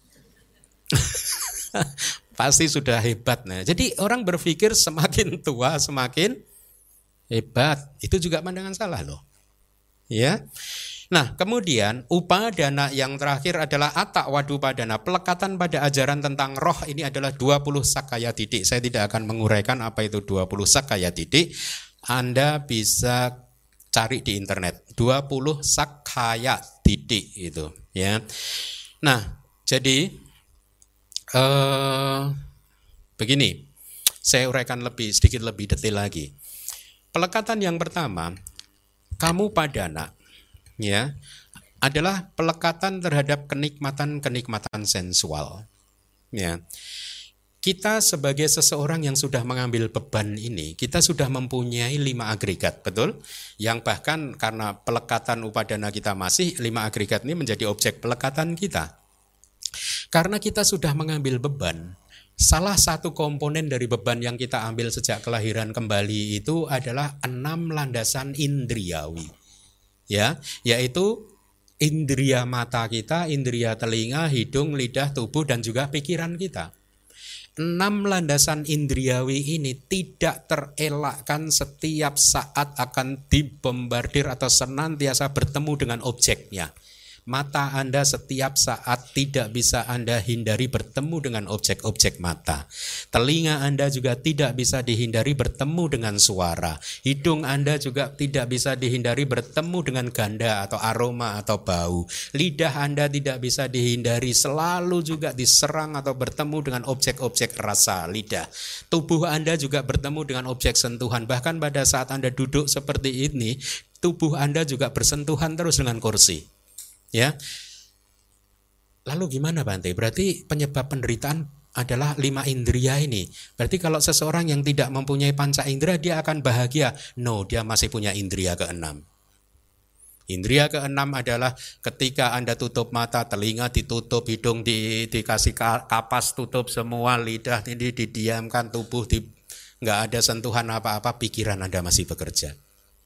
Pasti sudah hebat. Nah, jadi orang berpikir semakin tua semakin hebat. Itu juga pandangan salah loh. Ya. Nah, kemudian upadana yang terakhir adalah atawadupadana, pelekatan pada ajaran tentang roh. Ini adalah 20 sakaya didik. Saya tidak akan menguraikan apa itu 20 sakaya didik. Anda bisa cari di internet 20 sakaya didik itu, ya. Nah, jadi begini, saya uraikan sedikit lebih detail lagi. Pelekatan yang pertama, kamu padana, ya, adalah pelekatan terhadap kenikmatan sensual. Ya. Kita sebagai seseorang yang sudah mengambil beban ini, kita sudah mempunyai 5 agregat, betul? Yang bahkan karena pelekatan upadana kita masih, 5 agregat ini menjadi objek pelekatan kita. Karena kita sudah mengambil beban, salah satu komponen dari beban yang kita ambil sejak kelahiran kembali itu adalah 6 landasan indriawi. Ya, yaitu indria mata kita, indria telinga, hidung, lidah, tubuh, dan juga pikiran kita. 6 landasan indriawi ini tidak terelakkan setiap saat akan dibombardir atau senantiasa bertemu dengan objeknya. Mata Anda setiap saat tidak bisa Anda hindari bertemu dengan objek-objek mata. Telinga Anda juga tidak bisa dihindari bertemu dengan suara. Hidung Anda juga tidak bisa dihindari bertemu dengan ganda atau aroma atau bau. Lidah Anda tidak bisa dihindari selalu juga diserang atau bertemu dengan objek-objek rasa lidah. Tubuh Anda juga bertemu dengan objek sentuhan. Bahkan pada saat Anda duduk seperti ini, tubuh Anda juga bersentuhan terus dengan kursi. Ya, lalu gimana Bante? Berarti penyebab penderitaan adalah 5 indria ini. Berarti kalau seseorang yang tidak mempunyai panca indera dia akan bahagia? No, dia masih punya indria ke-6. Indria ke-6 adalah ketika Anda tutup mata, telinga ditutup, hidung dikasih kapas tutup semua, lidah ini didiamkan, tubuh nggak ada sentuhan apa-apa, pikiran Anda masih bekerja.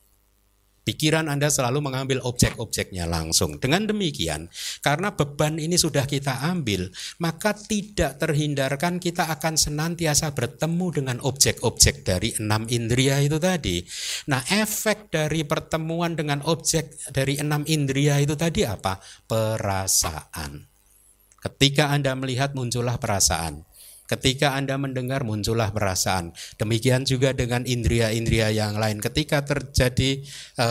Pikiran Anda selalu mengambil objek-objeknya langsung. Dengan demikian, karena beban ini sudah kita ambil, maka tidak terhindarkan kita akan senantiasa bertemu dengan objek-objek dari 6 indria itu tadi. Nah, efek dari pertemuan dengan objek dari 6 indria itu tadi apa? Perasaan. Ketika Anda melihat, muncullah perasaan. Ketika Anda mendengar, muncullah perasaan. Demikian juga dengan indria-indria yang lain. Ketika terjadi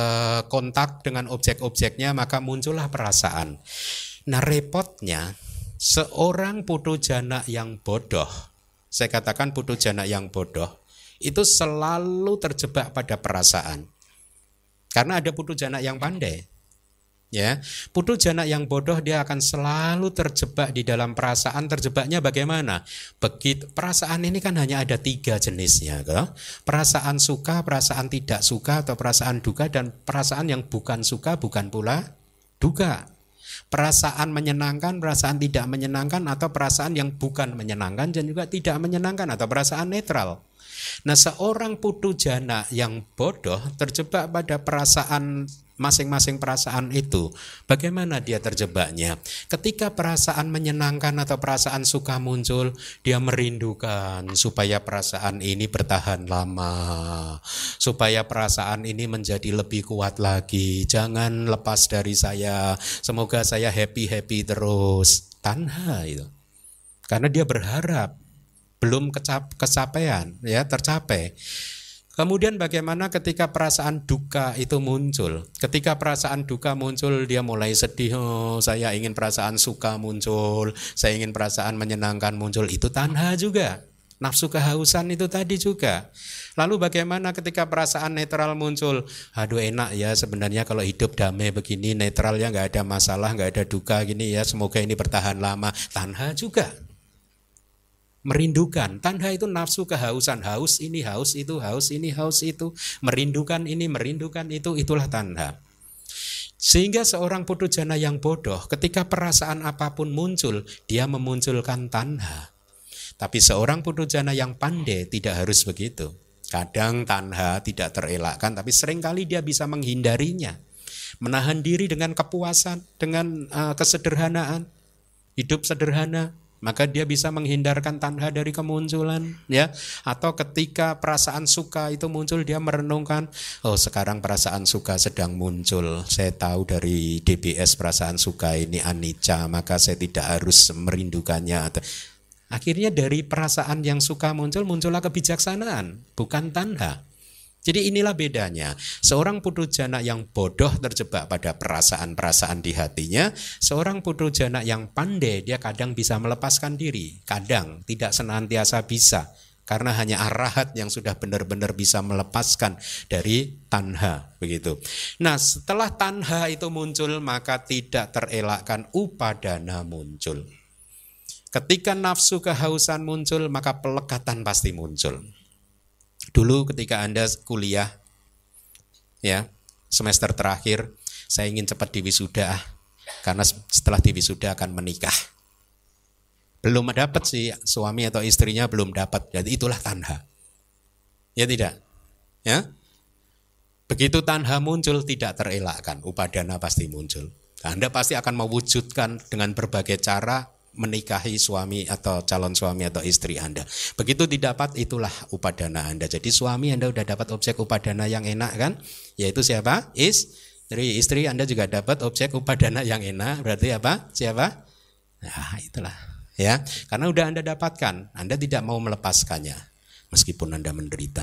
kontak dengan objek-objeknya, maka muncullah perasaan. Nah, repotnya seorang putu jana yang bodoh, saya katakan putu jana yang bodoh, itu selalu terjebak pada perasaan. Karena ada putu jana yang pandai. Ya, putu jana yang bodoh dia akan selalu terjebak di dalam perasaan. Terjebaknya bagaimana? Begitu, perasaan ini kan hanya ada 3 jenisnya, ke? Perasaan suka, perasaan tidak suka, atau perasaan duka, dan perasaan yang bukan suka, bukan pula duka. Perasaan menyenangkan, perasaan tidak menyenangkan, atau perasaan yang bukan menyenangkan dan juga tidak menyenangkan, atau perasaan netral. Nah, seorang putu jana yang bodoh terjebak pada perasaan, masing-masing perasaan itu. Bagaimana dia terjebaknya? Ketika perasaan menyenangkan atau perasaan suka muncul, dia merindukan supaya perasaan ini bertahan lama, supaya perasaan ini menjadi lebih kuat lagi. Jangan lepas dari saya, semoga saya happy terus. Tanha itu. Karena dia berharap belum kecapean, ya, tercapai. Kemudian bagaimana ketika perasaan duka itu muncul? Ketika perasaan duka muncul, dia mulai sedih. Oh, saya ingin perasaan suka muncul, saya ingin perasaan menyenangkan muncul. Itu tanha juga. Nafsu kehausan itu tadi juga. Lalu bagaimana ketika perasaan netral muncul? Aduh, enak ya sebenarnya kalau hidup damai begini, netral ya, nggak ada masalah, nggak ada duka gini ya. Semoga ini bertahan lama. Tanha juga. Merindukan. Tanha itu nafsu kehausan. Haus ini, haus itu, haus ini, haus itu. Merindukan ini, merindukan itu. Itulah tanha. Sehingga seorang putujana yang bodoh, ketika perasaan apapun muncul, dia memunculkan tanha. Tapi seorang putujana yang pandai tidak harus begitu. Kadang tanha tidak terelakkan, tapi seringkali dia bisa menghindarinya. Menahan diri dengan kepuasan, dengan kesederhanaan, hidup sederhana, maka dia bisa menghindarkan tanha dari kemunculan, ya. Atau ketika perasaan suka itu muncul, dia merenungkan, oh sekarang perasaan suka sedang muncul, saya tahu dari DBS perasaan suka ini anicca, maka saya tidak harus merindukannya. Akhirnya dari perasaan yang suka muncullah kebijaksanaan, bukan tanha. Jadi inilah bedanya. Seorang putujana yang bodoh terjebak pada perasaan-perasaan di hatinya. Seorang putujana yang pandai, dia kadang bisa melepaskan diri. Kadang, tidak senantiasa bisa. Karena hanya arahat yang sudah benar-benar bisa melepaskan dari tanha. Begitu. Nah, setelah tanha itu muncul, maka tidak terelakkan upadana muncul. Ketika nafsu kehausan muncul, maka pelekatan pasti muncul. Dulu ketika Anda kuliah, ya semester terakhir, saya ingin cepat diwisuda, karena setelah diwisuda akan menikah. Belum dapat sih suami atau istrinya belum dapat, jadi itulah tanha. Ya tidak? Ya. Begitu tanha muncul tidak terelakkan, upadana pasti muncul. Anda pasti akan mewujudkan dengan berbagai cara menikahi suami atau calon suami atau istri Anda. Begitu didapat, itulah upadana Anda. Jadi suami Anda udah dapat objek upadana yang enak kan? Yaitu siapa? Istri. Istri Anda juga dapat objek upadana yang enak. Berarti apa? Siapa? Nah itulah. Ya, karena udah Anda dapatkan, Anda tidak mau melepaskannya. Meskipun Anda menderita.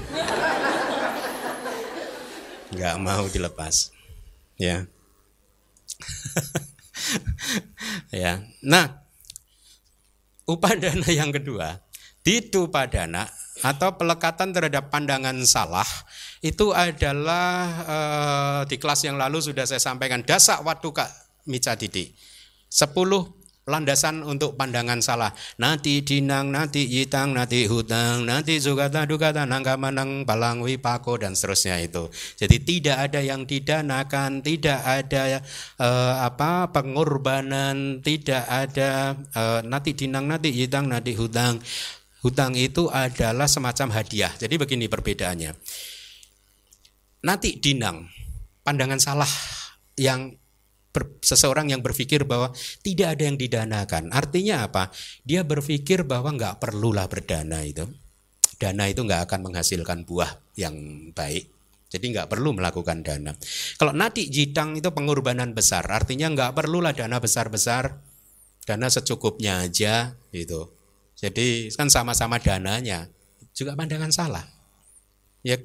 Nggak mau dilepas. Ya. Ya. Nah, upadana yang kedua, didupadana atau pelekatan terhadap pandangan salah itu adalah di kelas yang lalu sudah saya sampaikan, dasa waduka micadidi. 10 landasan untuk pandangan salah. Nati dinang, nati yitang, nati hutang, nati sugata dukata nangkamanang balang wipako dan seterusnya itu. Jadi tidak ada yang didanakan, tidak ada pengorbanan, tidak ada nati dinang, nati yitang, nati hutang. Hutang itu adalah semacam hadiah. Jadi begini perbedaannya. Nati dinang, pandangan salah yang seseorang yang berpikir bahwa tidak ada yang didanakan. Artinya apa? Dia berpikir bahwa nggak perlulah berdana itu. Dana itu nggak akan menghasilkan buah yang baik. Jadi nggak perlu melakukan dana. Kalau nati jitang itu pengorbanan besar. Artinya nggak perlulah dana besar-besar. Dana secukupnya aja gitu. Jadi kan sama-sama dananya. Juga pandangan salah. Ya.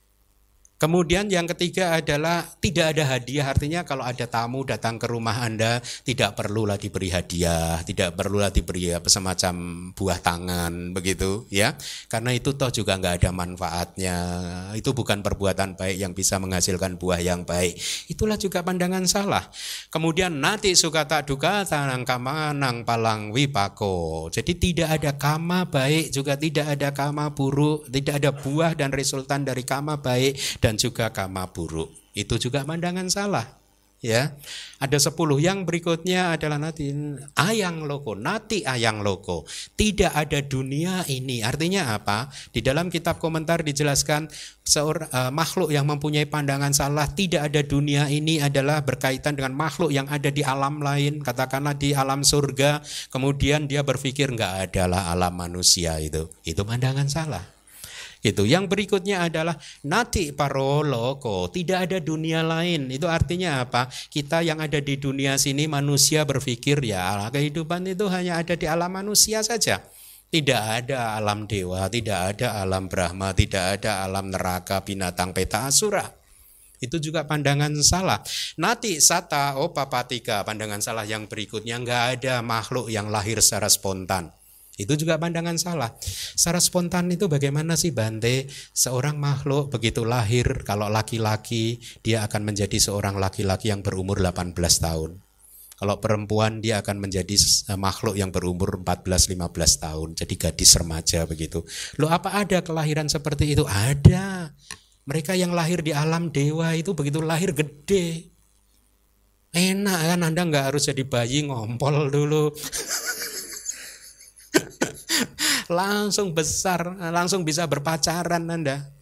Kemudian yang ketiga adalah tidak ada hadiah, artinya kalau ada tamu datang ke rumah Anda tidak perlulah diberi hadiah, tidak perlulah diberi semacam buah tangan begitu ya, karena itu toh juga nggak ada manfaatnya, itu bukan perbuatan baik yang bisa menghasilkan buah yang baik, itulah juga pandangan salah. Kemudian nati sukata dukata nang kama nang palang wipako, jadi tidak ada kama baik juga tidak ada kama buruk, tidak ada buah dan resultan dari kama baik dan juga kama buruk. Itu juga pandangan salah. Ya. Ada 10. Yang berikutnya adalah nati ayang loko, nati ayang loko. Tidak ada dunia ini. Artinya apa? Di dalam kitab komentar dijelaskan makhluk yang mempunyai pandangan salah, tidak ada dunia ini adalah berkaitan dengan makhluk yang ada di alam lain, katakanlah di alam surga, kemudian dia berpikir enggak adalah alam manusia itu. Itu pandangan salah. Itu. Yang berikutnya adalah nati paroloko, tidak ada dunia lain. Itu artinya apa? Kita yang ada di dunia sini manusia berpikir ya kehidupan itu hanya ada di alam manusia saja. Tidak ada alam dewa, tidak ada alam Brahma, tidak ada alam neraka, binatang, peta, asura. Itu juga pandangan salah. Nati sata opapatika, pandangan salah yang berikutnya, enggak ada makhluk yang lahir secara spontan. Itu juga pandangan salah. Secara spontan itu bagaimana sih Bante? Seorang makhluk begitu lahir, kalau laki-laki dia akan menjadi seorang laki-laki yang berumur 18 tahun. Kalau perempuan dia akan menjadi makhluk yang berumur 14-15 tahun, jadi gadis remaja begitu. Loh, apa ada kelahiran seperti itu? Ada. Mereka yang lahir di alam dewa itu begitu lahir gede. Enak kan, Anda nggak harus jadi bayi ngompol dulu. Langsung besar, langsung bisa berpacaran Anda.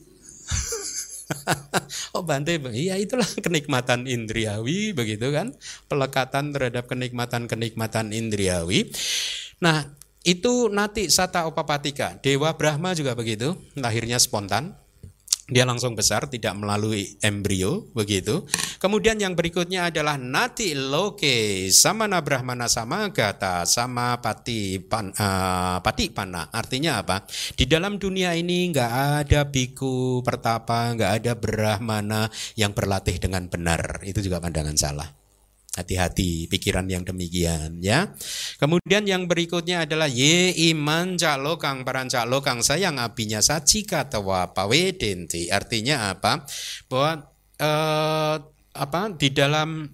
Oh Bante, iya itulah kenikmatan indriawi begitu kan, pelekatan terhadap kenikmatan indriawi. Nah itu nati sata upapatika, Dewa Brahma juga begitu, lahirnya spontan. Dia langsung besar, tidak melalui embrio begitu. Kemudian yang berikutnya adalah nati loke samana brahmana samagata sama pati pana. Artinya apa? Di dalam dunia ini nggak ada biku pertapa, nggak ada brahmana yang berlatih dengan benar. Itu juga pandangan salah. Hati-hati pikiran yang demikian ya. Kemudian yang berikutnya adalah ye iman calokang parancalokang sayang apinya sacika tawa pawedenti. Artinya apa? Bahwa di dalam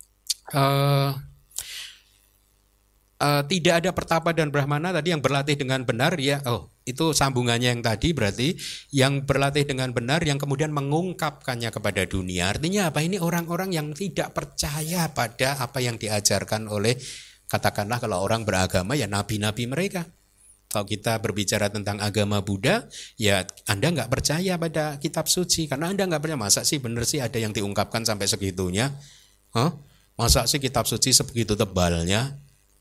tidak ada pertapa dan brahmana tadi yang berlatih dengan benar ya. Oh, itu sambungannya yang tadi berarti yang berlatih dengan benar yang kemudian mengungkapkannya kepada dunia. Artinya apa? Ini orang-orang yang tidak percaya pada apa yang diajarkan oleh, katakanlah kalau orang beragama ya nabi-nabi mereka. Kalau kita berbicara tentang agama Buddha, ya Anda nggak percaya pada kitab suci karena Anda nggak percaya. Masa sih benar sih ada yang diungkapkan sampai segitunya? Masa sih kitab suci sebegitu tebalnya?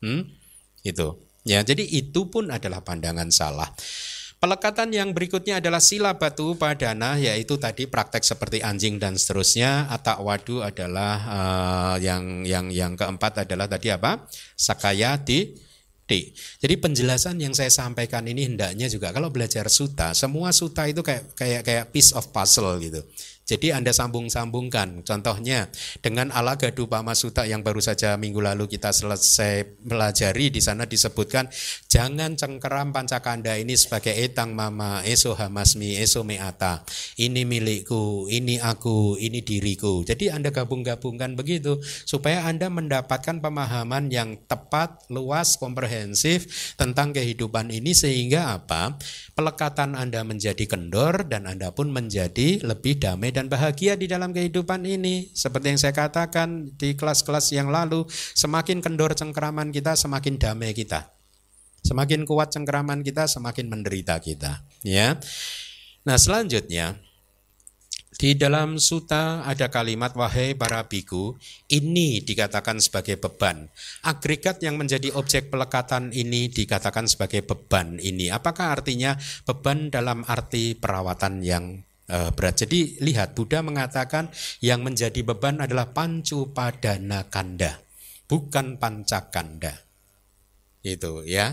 Itu. Ya, jadi itu pun adalah pandangan salah. Pelekatan yang berikutnya adalah sila batu padana, yaitu tadi praktek seperti anjing dan seterusnya. Atak wadu adalah yang keempat adalah tadi apa? Sakaya di. Jadi penjelasan yang saya sampaikan ini hendaknya juga kalau belajar sutta, semua sutta itu kayak piece of puzzle gitu. Jadi Anda sambung-sambungkan. Contohnya dengan Alagadupama Sutta yang baru saja minggu lalu kita selesai pelajari, di sana disebutkan jangan cengkeram pancakanda ini sebagai etang mama, eso hamasmi, eso meata. Ini milikku, ini aku, ini diriku. Jadi Anda gabung-gabungkan begitu supaya Anda mendapatkan pemahaman yang tepat, luas, komprehensif tentang kehidupan ini sehingga apa? Pelekatan Anda menjadi kendor dan Anda pun menjadi lebih damai dan bahagia di dalam kehidupan ini. Seperti yang saya katakan di kelas-kelas yang lalu, semakin kendor cengkeraman kita, semakin damai kita. Semakin kuat cengkeraman kita, semakin menderita kita. Ya. Nah selanjutnya, di dalam sutta ada kalimat wahai para biku, ini dikatakan sebagai beban. Agregat yang menjadi objek pelekatan ini dikatakan sebagai beban ini. Apakah artinya beban dalam arti perawatan yang berat? Jadi lihat, Buddha mengatakan yang menjadi beban adalah pancu padana kanda, bukan pancakanda. Itu ya.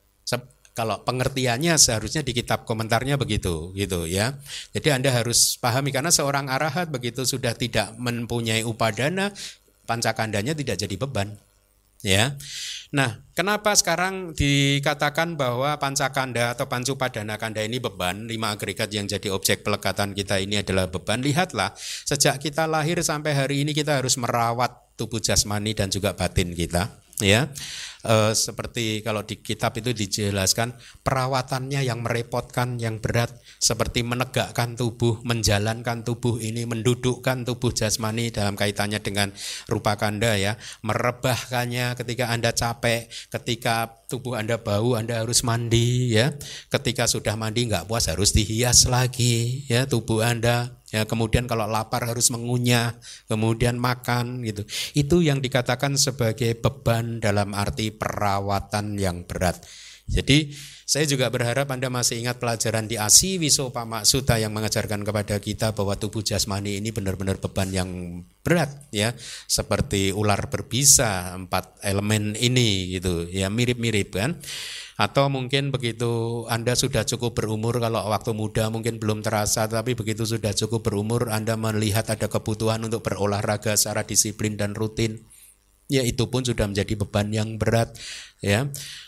Kalau pengertiannya seharusnya di kitab komentarnya begitu gitu ya. Jadi Anda harus pahami karena seorang arahat begitu sudah tidak mempunyai upadana, pancakandanya tidak jadi beban. Ya. Nah, kenapa sekarang dikatakan bahwa pancakanda atau pancu padana kanda ini beban, 5 agregat yang jadi objek pelekatan kita ini adalah beban? Lihatlah, sejak kita lahir sampai hari ini kita harus merawat tubuh jasmani dan juga batin kita, ya. Seperti kalau di kitab itu dijelaskan perawatannya yang merepotkan, yang berat, seperti menegakkan tubuh, menjalankan tubuh ini, mendudukkan tubuh jasmani dalam kaitannya dengan rupa kanda ya, merebahkannya ketika Anda capek, ketika tubuh Anda bau Anda harus mandi ya, ketika sudah mandi nggak puas harus dihias lagi ya tubuh Anda. Ya, kemudian kalau lapar harus mengunyah, kemudian makan gitu. Itu yang dikatakan sebagai beban dalam arti perawatan yang berat. Jadi saya juga berharap Anda masih ingat pelajaran di Asi Wisopama Sutta yang mengajarkan kepada kita bahwa tubuh jasmani ini benar-benar beban yang berat ya, seperti ular berbisa, 4 elemen ini gitu ya, mirip-mirip kan. Atau mungkin begitu Anda sudah cukup berumur, kalau waktu muda mungkin belum terasa, tapi begitu sudah cukup berumur Anda melihat ada kebutuhan untuk berolahraga secara disiplin dan rutin, ya itu pun sudah menjadi beban yang berat ya.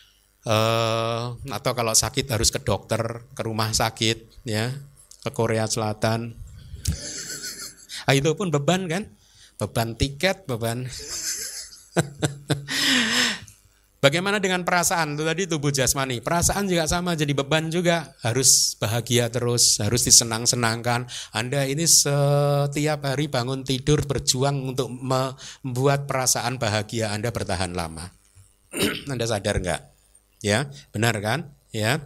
Atau kalau sakit harus ke dokter, ke rumah sakit ya, ke Korea Selatan. Itu pun beban kan, beban tiket, beban Bagaimana dengan perasaan? Itu tadi tubuh jasmani. Perasaan juga sama, jadi beban juga. Harus bahagia terus, harus disenang-senangkan. Anda ini setiap hari bangun tidur berjuang untuk membuat perasaan bahagia Anda bertahan lama. Anda sadar nggak? Ya, benar kan? Ya.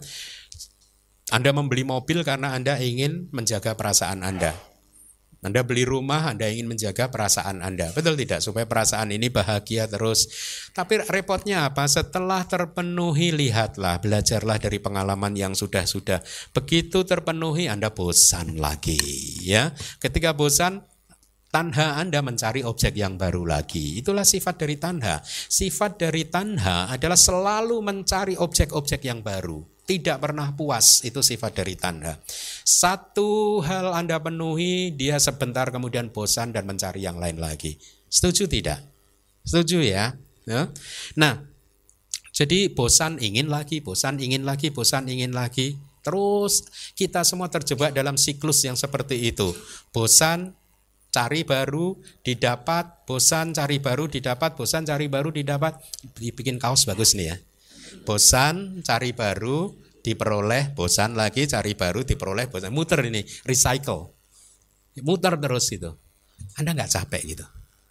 Anda membeli mobil karena Anda ingin menjaga perasaan Anda. Anda beli rumah, Anda ingin menjaga perasaan Anda. Betul tidak? Supaya perasaan ini bahagia terus. Tapi repotnya apa? Setelah terpenuhi, lihatlah, belajarlah dari pengalaman yang sudah-sudah. Begitu terpenuhi, Anda bosan lagi. Ya, ketika bosan, tanha Anda mencari objek yang baru lagi. Itulah sifat dari tanha. Sifat dari tanha adalah selalu mencari objek-objek yang baru. Tidak pernah puas, itu sifat dari tanha. Satu hal Anda penuhi, dia sebentar kemudian bosan dan mencari yang lain lagi. Setuju tidak? Setuju ya? Nah, jadi bosan ingin lagi, bosan ingin lagi, bosan ingin lagi. Terus kita semua terjebak dalam siklus yang seperti itu. Bosan, cari baru, didapat, bosan, cari baru, didapat, bosan, cari baru, didapat. Dibikin kaos bagus nih ya. Bosan, cari baru, diperoleh, bosan lagi, cari baru, diperoleh, bosan. Muter ini, recycle. Muter terus gitu. Anda nggak capek gitu.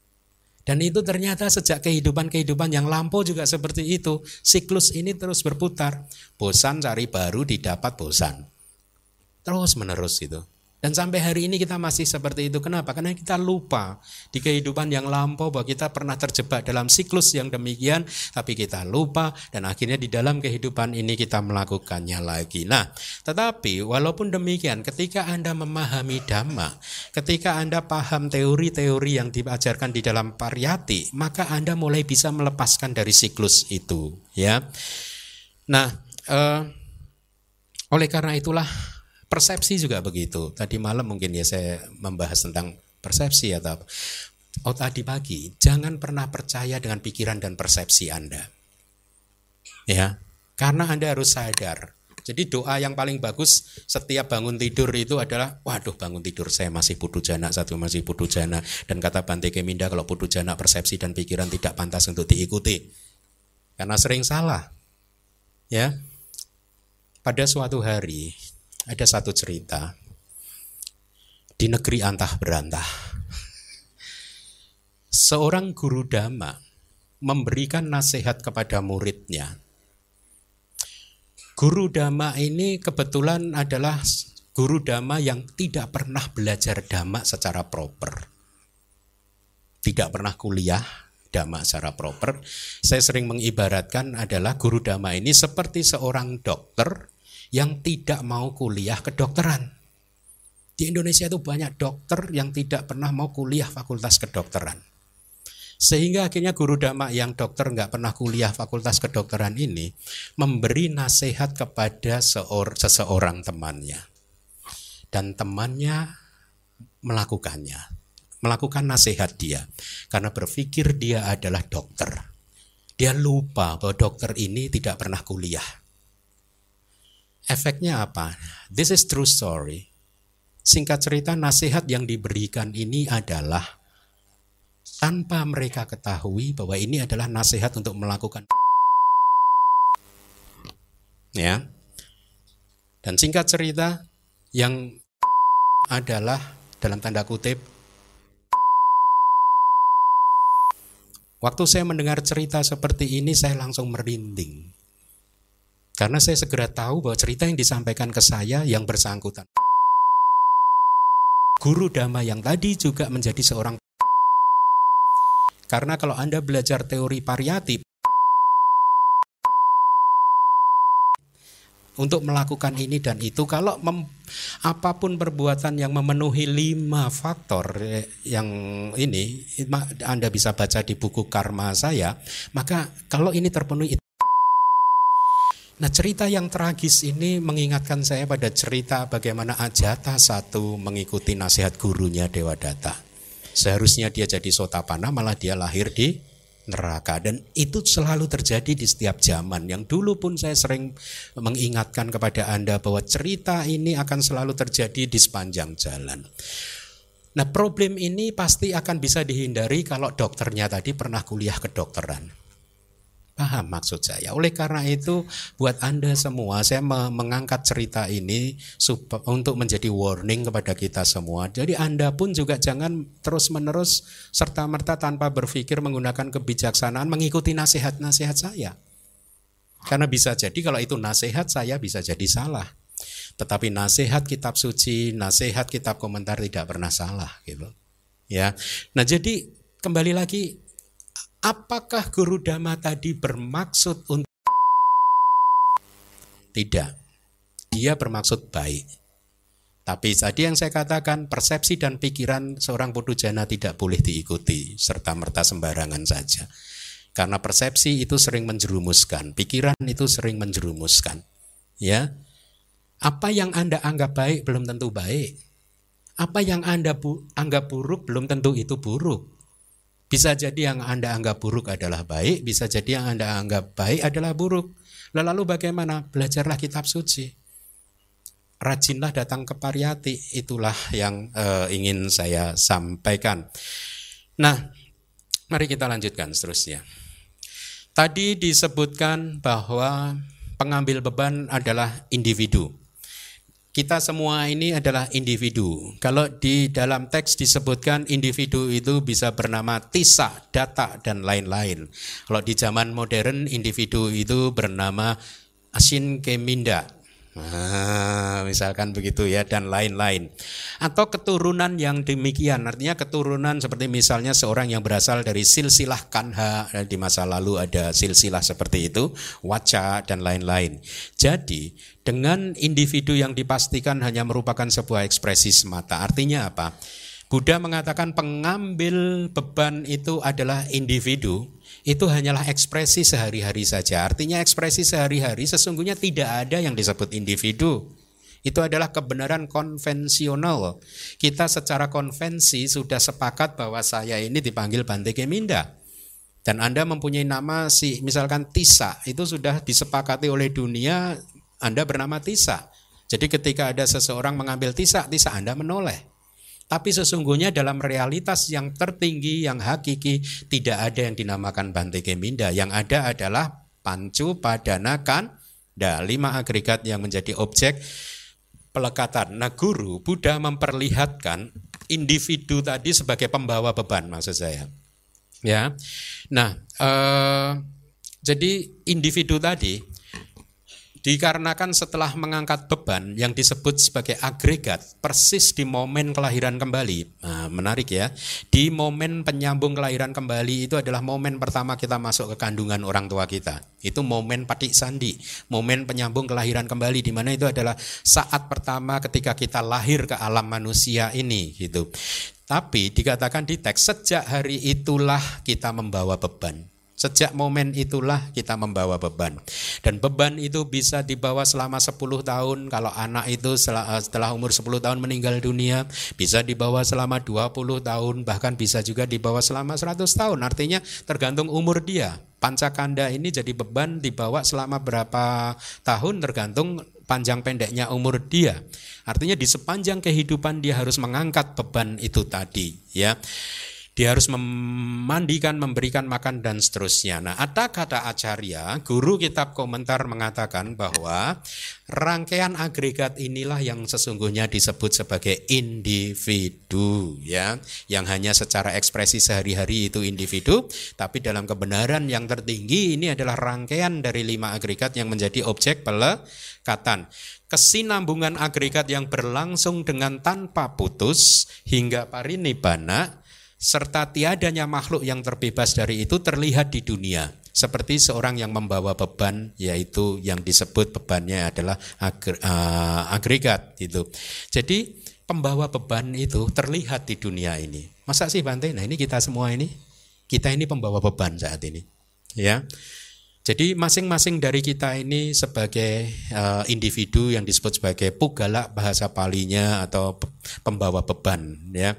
Dan itu ternyata sejak kehidupan yang lampau juga seperti itu. Siklus ini terus berputar. Bosan, cari baru, didapat, bosan. Terus menerus gitu. Dan sampai hari ini kita masih seperti itu. Kenapa? Karena kita lupa di kehidupan yang lampau bahwa kita pernah terjebak dalam siklus yang demikian, tapi kita lupa dan akhirnya di dalam kehidupan ini kita melakukannya lagi. Nah, tetapi walaupun demikian, ketika Anda memahami Dhamma, ketika Anda paham teori-teori yang diajarkan di dalam Pariyati, maka Anda mulai bisa melepaskan dari siklus itu, ya. Nah, oleh karena itulah persepsi juga begitu. Tadi malam mungkin ya saya membahas tentang persepsi atau tadi pagi. Jangan pernah percaya dengan pikiran dan persepsi Anda. Ya, karena Anda harus sadar. Jadi doa yang paling bagus setiap bangun tidur itu adalah, waduh bangun tidur saya masih putu jana, masih putu jana. Dan kata Bante Keminda, kalau putu jana persepsi dan pikiran tidak pantas untuk diikuti. Karena sering salah. Ya. Pada suatu hari ada satu cerita di negeri antah berantah. Seorang guru Dhamma memberikan nasihat kepada muridnya. Guru Dhamma ini kebetulan adalah guru Dhamma yang tidak pernah belajar Dhamma secara proper. Tidak pernah kuliah Dhamma secara proper. Saya sering mengibaratkan adalah guru Dhamma ini seperti seorang dokter yang tidak mau kuliah kedokteran. Di Indonesia itu banyak dokter yang tidak pernah mau kuliah fakultas kedokteran. Sehingga akhirnya guru Dhamma yang dokter nggak pernah kuliah fakultas kedokteran ini memberi nasihat kepada seseorang temannya. Dan temannya melakukan nasihat dia. Karena berpikir dia adalah dokter. Dia lupa bahwa dokter ini tidak pernah kuliah. Efeknya apa? This is true story. Singkat cerita, nasihat yang diberikan ini adalah tanpa mereka ketahui bahwa ini adalah nasihat untuk melakukan. Ya. Dan singkat cerita, yang adalah dalam tanda kutip, waktu saya mendengar cerita seperti ini, saya langsung merinding. Karena saya segera tahu bahwa cerita yang disampaikan ke saya yang bersangkutan. Guru Dhamma yang tadi juga menjadi seorang. Karena kalau Anda belajar teori Pariyati, untuk melakukan ini dan itu, kalau apapun perbuatan yang memenuhi 5 faktor yang ini, Anda bisa baca di buku karma saya, maka kalau ini terpenuhi. Nah, cerita yang tragis ini mengingatkan saya pada cerita bagaimana Ajata satu mengikuti nasihat gurunya Dewadatta. Seharusnya dia jadi Sotapanna, malah dia lahir di neraka. Dan itu selalu terjadi di setiap zaman. Yang dulu pun saya sering mengingatkan kepada Anda bahwa cerita ini akan selalu terjadi di sepanjang jalan. Nah, problem ini pasti akan bisa dihindari kalau dokternya tadi pernah kuliah kedokteran. Paham maksud saya? Oleh karena itu, buat Anda semua, saya mengangkat cerita ini untuk menjadi warning kepada kita semua. Jadi Anda pun juga jangan terus-menerus serta-merta tanpa berpikir menggunakan kebijaksanaan mengikuti nasihat-nasihat saya. Karena bisa jadi kalau itu nasihat saya bisa jadi salah. Tetapi nasihat kitab suci, nasihat kitab komentar tidak pernah salah gitu. Ya. Nah, jadi kembali lagi, apakah Guru Dhamma tadi bermaksud untuk tidak? Dia bermaksud baik. Tapi tadi yang saya katakan, persepsi dan pikiran seorang putujana tidak boleh diikuti serta-merta sembarangan saja. Karena persepsi itu sering menjerumuskan, pikiran itu sering menjerumuskan. Ya. Apa yang Anda anggap baik belum tentu baik. Apa yang Anda anggap buruk belum tentu itu buruk. Bisa jadi yang Anda anggap buruk adalah baik, bisa jadi yang Anda anggap baik adalah buruk. Lalu bagaimana? Belajarlah kitab suci. Rajinlah datang ke pariyati. Itulah yang ingin saya sampaikan. Nah, mari kita lanjutkan seterusnya. Tadi disebutkan bahwa pengambil beban adalah individu. Kita semua ini adalah individu. Kalau di dalam teks disebutkan individu itu bisa bernama tisa, data, dan lain-lain. Kalau di zaman modern individu itu bernama asin keminda. Nah, misalkan begitu ya, dan lain-lain. Atau keturunan yang demikian, artinya keturunan seperti misalnya seorang yang berasal dari silsilah kanha, di masa lalu ada silsilah seperti itu, waca dan lain-lain. Jadi dengan individu yang dipastikan hanya merupakan sebuah ekspresi semata. Artinya apa? Buddha mengatakan pengambil beban itu adalah individu. Itu hanyalah ekspresi sehari-hari saja. Artinya ekspresi sehari-hari sesungguhnya tidak ada yang disebut individu. Itu adalah kebenaran konvensional. Kita secara konvensi sudah sepakat bahwa saya ini dipanggil Bante Keminda. Dan Anda mempunyai nama misalkan Tisa. Itu sudah disepakati oleh dunia, Anda bernama Tisa. Jadi ketika ada seseorang mengambil Tisa, Tisa Anda menoleh. Tapi sesungguhnya dalam realitas yang tertinggi, yang hakiki, tidak ada yang dinamakan Bante Keminda. Yang ada adalah Pancu Padana Kanda, 5 agregat yang menjadi objek pelekatan. Nah, Guru Buddha memperlihatkan individu tadi sebagai pembawa beban, maksud saya. Ya, nah, jadi individu tadi dikarenakan setelah mengangkat beban yang disebut sebagai agregat persis di momen kelahiran kembali. Nah, menarik ya. Di momen penyambung kelahiran kembali itu adalah momen pertama kita masuk ke kandungan orang tua kita. Itu momen patik sandi, momen penyambung kelahiran kembali, di mana itu adalah saat pertama ketika kita lahir ke alam manusia ini gitu. Tapi dikatakan di teks sejak hari itulah kita membawa beban. Sejak momen itulah kita membawa beban. Dan beban itu bisa dibawa selama 10 tahun. Kalau anak itu setelah umur 10 tahun meninggal dunia, bisa dibawa selama 20 tahun, bahkan bisa juga dibawa selama 100 tahun. Artinya tergantung umur dia. Pancakanda ini jadi beban dibawa selama berapa tahun tergantung panjang pendeknya umur dia. Artinya di sepanjang kehidupan dia harus mengangkat beban itu tadi, ya. Dia harus memandikan, memberikan makan, dan seterusnya. Nah, ada kata Acarya, guru kitab komentar mengatakan bahwa rangkaian agregat inilah yang sesungguhnya disebut sebagai individu, ya, yang hanya secara ekspresi sehari-hari itu individu, tapi dalam kebenaran yang tertinggi ini adalah rangkaian dari 5 agregat yang menjadi objek pelekatan. Kesinambungan agregat yang berlangsung dengan tanpa putus hingga parinibbana, serta tiadanya makhluk yang terbebas dari itu terlihat di dunia. Seperti seorang yang membawa beban, yaitu yang disebut bebannya adalah agregat gitu. Jadi pembawa beban itu terlihat di dunia ini. Masa sih Bante? Nah, ini kita semua ini, kita ini pembawa beban saat ini, ya. Jadi masing-masing dari kita ini sebagai individu yang disebut sebagai pugala bahasa Palinya, atau pembawa beban, ya.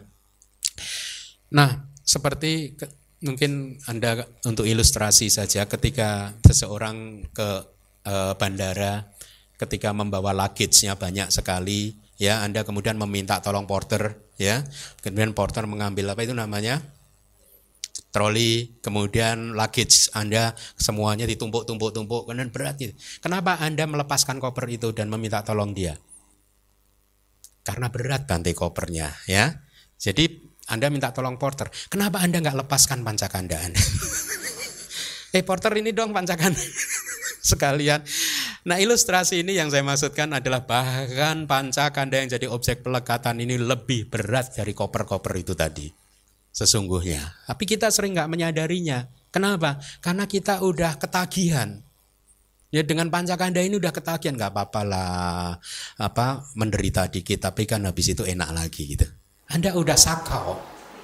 Nah, seperti mungkin Anda untuk ilustrasi saja, ketika seseorang ke bandara, ketika membawa luggage-nya banyak sekali, ya, Anda kemudian meminta tolong porter, ya. Kemudian porter mengambil apa itu namanya? Troli, kemudian luggage Anda semuanya ditumpuk-tumpuk, kemudian berat gitu. Kenapa Anda melepaskan koper itu dan meminta tolong dia? Karena berat bantai kopernya, ya. Jadi Anda minta tolong porter. Kenapa Anda nggak lepaskan pancakanda Anda? Porter ini dong pancakan sekalian. Nah, ilustrasi ini yang saya maksudkan adalah bahkan pancakanda yang jadi objek pelekatan ini lebih berat dari koper-koper itu tadi. Sesungguhnya, tapi kita sering nggak menyadarinya. Kenapa? Karena kita udah ketagihan. Ya dengan pancakanda ini udah ketagihan, nggak apa-apa lah, menderita dikit, tapi kan habis itu enak lagi gitu. Anda udah sakau.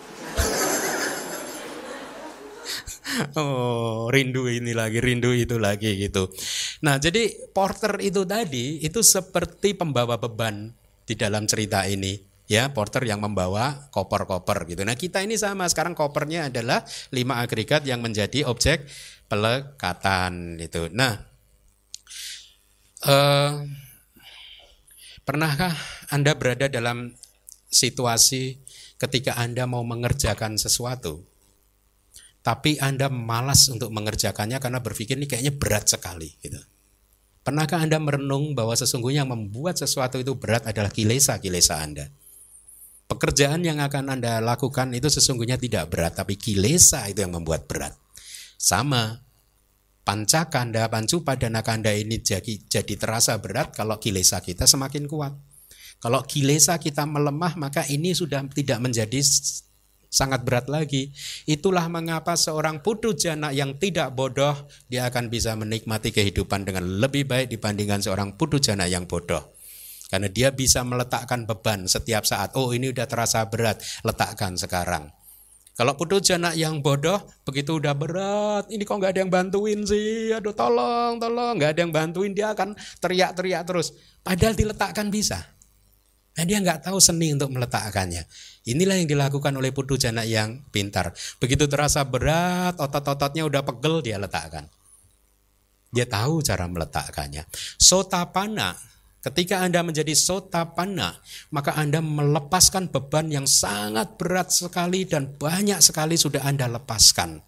Oh, rindu ini lagi, rindu itu lagi gitu. Nah, jadi porter itu tadi itu seperti pembawa beban di dalam cerita ini. Ya, porter yang membawa koper-koper gitu. Nah, kita ini sama, sekarang kopernya adalah 5 agregat yang menjadi objek pelekatan itu. Nah, pernahkah Anda berada dalam situasi ketika Anda mau mengerjakan sesuatu, tapi Anda malas untuk mengerjakannya karena berpikir ini kayaknya berat sekali gitu. Pernahkah Anda merenung bahwa sesungguhnya yang membuat sesuatu itu berat adalah kilesa-kilesa Anda? Pekerjaan yang akan Anda lakukan itu sesungguhnya tidak berat, tapi kilesa itu yang membuat berat. Sama, pancakanda, pancupadanakanda ini jadi terasa berat kalau kilesa kita semakin kuat. Kalau kilesa kita melemah, maka ini sudah tidak menjadi sangat berat lagi. Itulah mengapa seorang putu jana yang tidak bodoh, dia akan bisa menikmati kehidupan dengan lebih baik dibandingkan seorang putu jana yang bodoh. Karena dia bisa meletakkan beban setiap saat. Oh, ini udah terasa berat, letakkan sekarang. Kalau putu jana yang bodoh, begitu udah berat, ini kok gak ada yang bantuin sih, aduh tolong, gak ada yang bantuin, dia akan teriak-teriak terus. Padahal diletakkan bisa. Nah, dia gak tahu seni untuk meletakkannya. Inilah yang dilakukan oleh putu jana yang pintar. Begitu terasa berat, otot-ototnya udah pegel, dia letakkan. Dia tahu cara meletakkannya. Sotapana. Ketika Anda menjadi sotapana, maka Anda melepaskan beban yang sangat berat sekali dan banyak sekali sudah Anda lepaskan.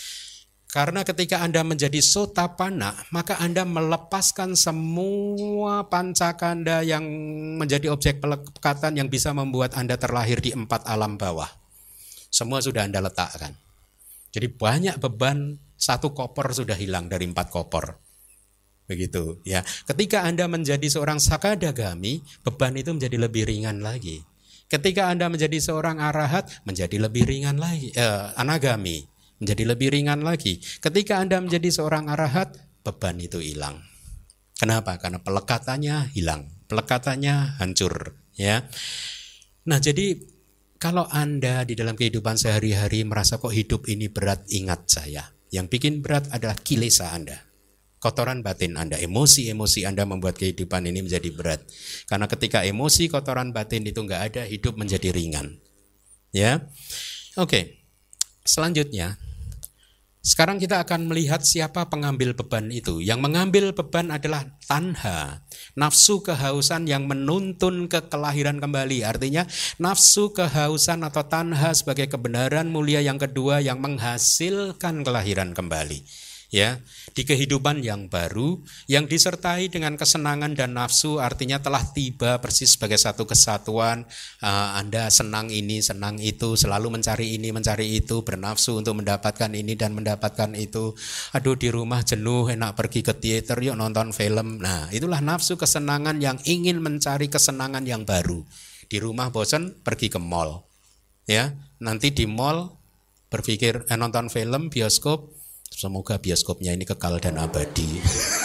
Karena ketika Anda menjadi sotapana, maka Anda melepaskan semua pancakanda yang menjadi objek pelekatan yang bisa membuat Anda terlahir di 4 alam bawah. Semua sudah Anda letakkan. Jadi banyak beban, 1 koper sudah hilang dari 4 koper. Begitu ya. Ketika Anda menjadi seorang sakadagami, beban itu menjadi lebih ringan lagi. Ketika Anda menjadi seorang arahat, menjadi lebih ringan lagi. Anagami, menjadi lebih ringan lagi. Ketika Anda menjadi seorang arahat, beban itu hilang. Kenapa? Karena pelekatannya hilang, pelekatannya hancur. Ya. Nah, jadi kalau Anda di dalam kehidupan sehari-hari merasa kok hidup ini berat, ingat saya. Yang bikin berat adalah kilesa Anda. Kotoran batin Anda, emosi-emosi Anda membuat kehidupan ini menjadi berat. Karena ketika emosi, kotoran batin itu enggak ada, hidup menjadi ringan. Ya, oke. Selanjutnya, sekarang kita akan melihat siapa pengambil beban itu. Yang mengambil beban adalah tanha, nafsu kehausan yang menuntun ke kelahiran kembali. Artinya nafsu kehausan atau tanha sebagai kebenaran mulia yang kedua yang menghasilkan kelahiran kembali. Ya, di kehidupan yang baru yang disertai dengan kesenangan dan nafsu, artinya telah tiba persis sebagai satu kesatuan. Anda senang ini, senang itu, selalu mencari ini, mencari itu, bernafsu untuk mendapatkan ini dan mendapatkan itu. Aduh, di rumah jenuh, enak pergi ke teater, yuk nonton film. Nah, itulah nafsu kesenangan yang ingin mencari kesenangan yang baru. Di rumah bosan, pergi ke mall. Ya, nanti di mall berpikir nonton film, bioskop. Semoga bioskopnya ini kekal dan abadi.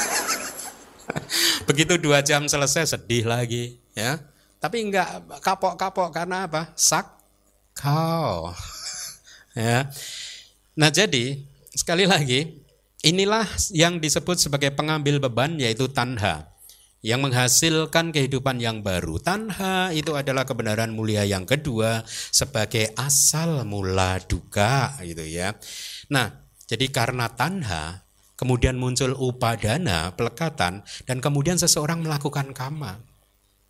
Begitu 2 jam selesai sedih lagi, ya. Tapi enggak kapok-kapok karena apa? Sakau. Ya. Nah, jadi sekali lagi inilah yang disebut sebagai pengambil beban, yaitu tanha, yang menghasilkan kehidupan yang baru. Tanha itu adalah kebenaran mulia yang kedua sebagai asal mula duka, gitu ya. Nah, jadi karena tanha, kemudian muncul upadana, pelekatan, dan kemudian seseorang melakukan kama.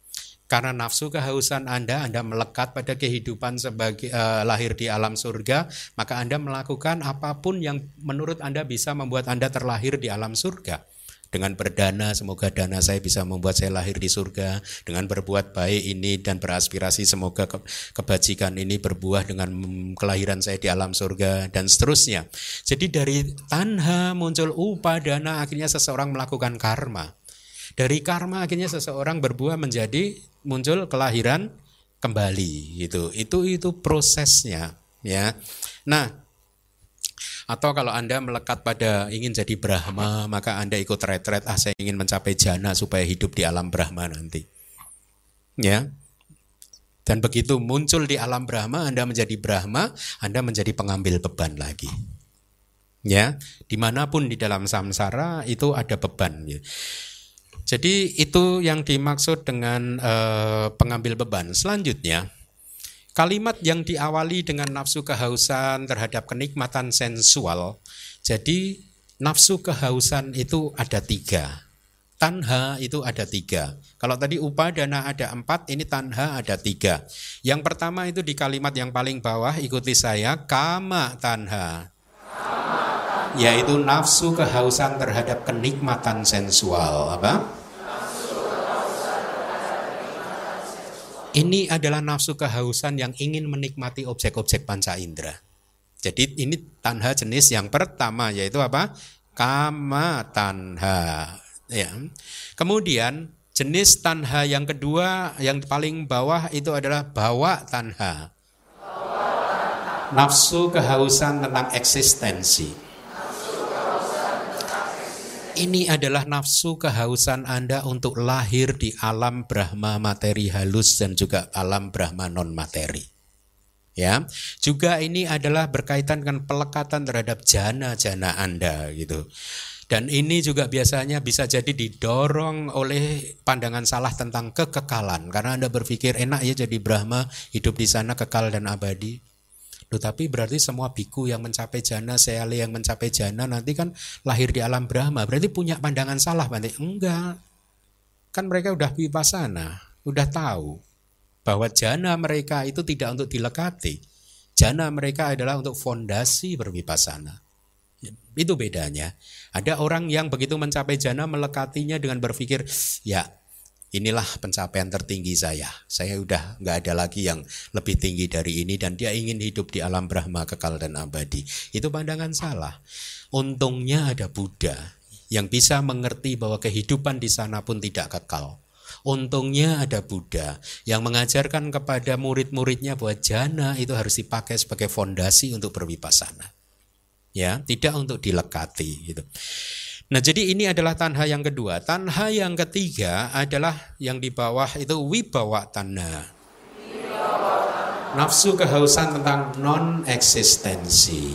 Karena nafsu kehausan Anda melekat pada kehidupan sebagai lahir di alam surga, maka Anda melakukan apapun yang menurut Anda bisa membuat Anda terlahir di alam surga. Dengan berdana, semoga dana saya bisa membuat saya lahir di surga. Dengan berbuat baik ini dan beraspirasi semoga kebajikan ini berbuah dengan kelahiran saya di alam surga, dan seterusnya. Jadi dari tanha muncul upadana, akhirnya seseorang melakukan karma. Dari karma akhirnya seseorang berbuah menjadi muncul kelahiran kembali gitu. Itu prosesnya ya. Nah, atau kalau Anda melekat pada ingin jadi Brahma, maka Anda ikut retret, saya ingin mencapai jana supaya hidup di alam Brahma nanti. Ya. Dan begitu muncul di alam Brahma, Anda menjadi Brahma, Anda menjadi pengambil beban lagi. Ya, dimanapun di dalam samsara itu ada beban. Ya. Jadi itu yang dimaksud dengan pengambil beban. Selanjutnya, kalimat yang diawali dengan nafsu kehausan terhadap kenikmatan sensual. Jadi nafsu kehausan itu ada 3. Tanha itu ada 3. Kalau tadi upadana ada 4, ini tanha ada 3. Yang pertama itu di kalimat yang paling bawah, ikuti saya, kama tanha. Yaitu nafsu kehausan terhadap kenikmatan sensual. Apa? Ini adalah nafsu kehausan yang ingin menikmati objek-objek panca indera. Jadi ini tanha jenis yang pertama, yaitu apa? Kama tanha. Ya. Kemudian jenis tanha yang kedua, yang paling bawah itu adalah bawa tanha. Nafsu kehausan tentang eksistensi. Ini adalah nafsu kehausan Anda untuk lahir di alam Brahma materi halus dan juga alam Brahma non materi. Ya, juga ini adalah berkaitan dengan pelekatan terhadap jana-jana Anda gitu. Dan ini juga biasanya bisa jadi didorong oleh pandangan salah tentang kekekalan, karena Anda berpikir enak ya jadi Brahma, hidup di sana kekal dan abadi. Tapi berarti semua biku yang mencapai jana, seale yang mencapai jana nanti kan lahir di alam Brahma. Berarti punya pandangan salah, berarti enggak. Kan mereka udah vipassana, udah tahu bahwa jana mereka itu tidak untuk dilekati. Jana mereka adalah untuk fondasi bervipassana. Itu bedanya. Ada orang yang begitu mencapai jana melekatinya dengan berpikir, ya inilah pencapaian tertinggi saya. Saya udah nggak ada lagi yang lebih tinggi dari ini, dan dia ingin hidup di alam Brahma kekal dan abadi. Itu pandangan salah. Untungnya ada Buddha yang bisa mengerti bahwa kehidupan di sana pun tidak kekal. Untungnya ada Buddha yang mengajarkan kepada murid-muridnya bahwa jana itu harus dipakai sebagai fondasi untuk bervipassana. Ya, tidak untuk dilekati gitu. Nah, jadi ini adalah tanha yang kedua. Tanha yang ketiga adalah yang di bawah itu wibawa tanha. Nafsu kehausan tentang non-eksistensi.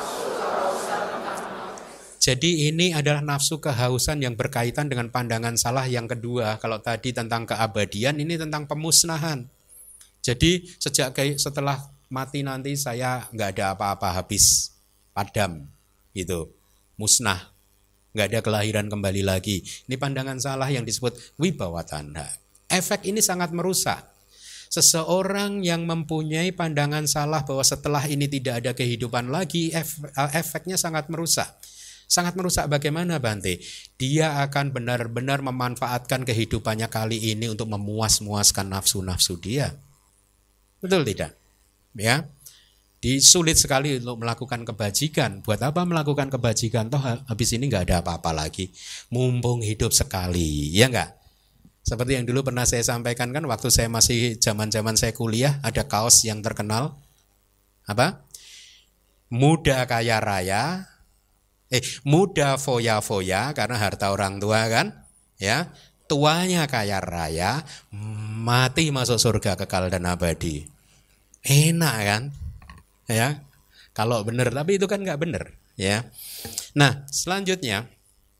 Jadi ini adalah nafsu kehausan yang berkaitan dengan pandangan salah yang kedua. Kalau tadi tentang keabadian, ini tentang pemusnahan. Jadi setelah mati nanti saya nggak ada apa-apa, habis, padam, gitu, musnah. Nggak ada kelahiran kembali lagi. Ini pandangan salah yang disebut wibawa tanha. Efek ini sangat merusak. Seseorang yang mempunyai pandangan salah bahwa setelah ini tidak ada kehidupan lagi, efeknya sangat merusak. Sangat merusak bagaimana, Bante? Dia akan benar-benar memanfaatkan kehidupannya kali ini untuk memuas-muaskan nafsu-nafsu dia. Betul tidak? Ya. Sulit sekali untuk melakukan kebajikan. Buat apa melakukan kebajikan? Toh habis ini nggak ada apa-apa lagi. Mumpung hidup sekali, ya nggak? Seperti yang dulu pernah saya sampaikan kan, waktu saya masih zaman saya kuliah, ada kaos yang terkenal apa? Muda kaya raya, muda foya-foya karena harta orang tua kan, ya. Tuanya kaya raya, mati masuk surga kekal dan abadi. Enak kan? Ya, kalau benar, tapi itu kan nggak benar, ya. Nah, selanjutnya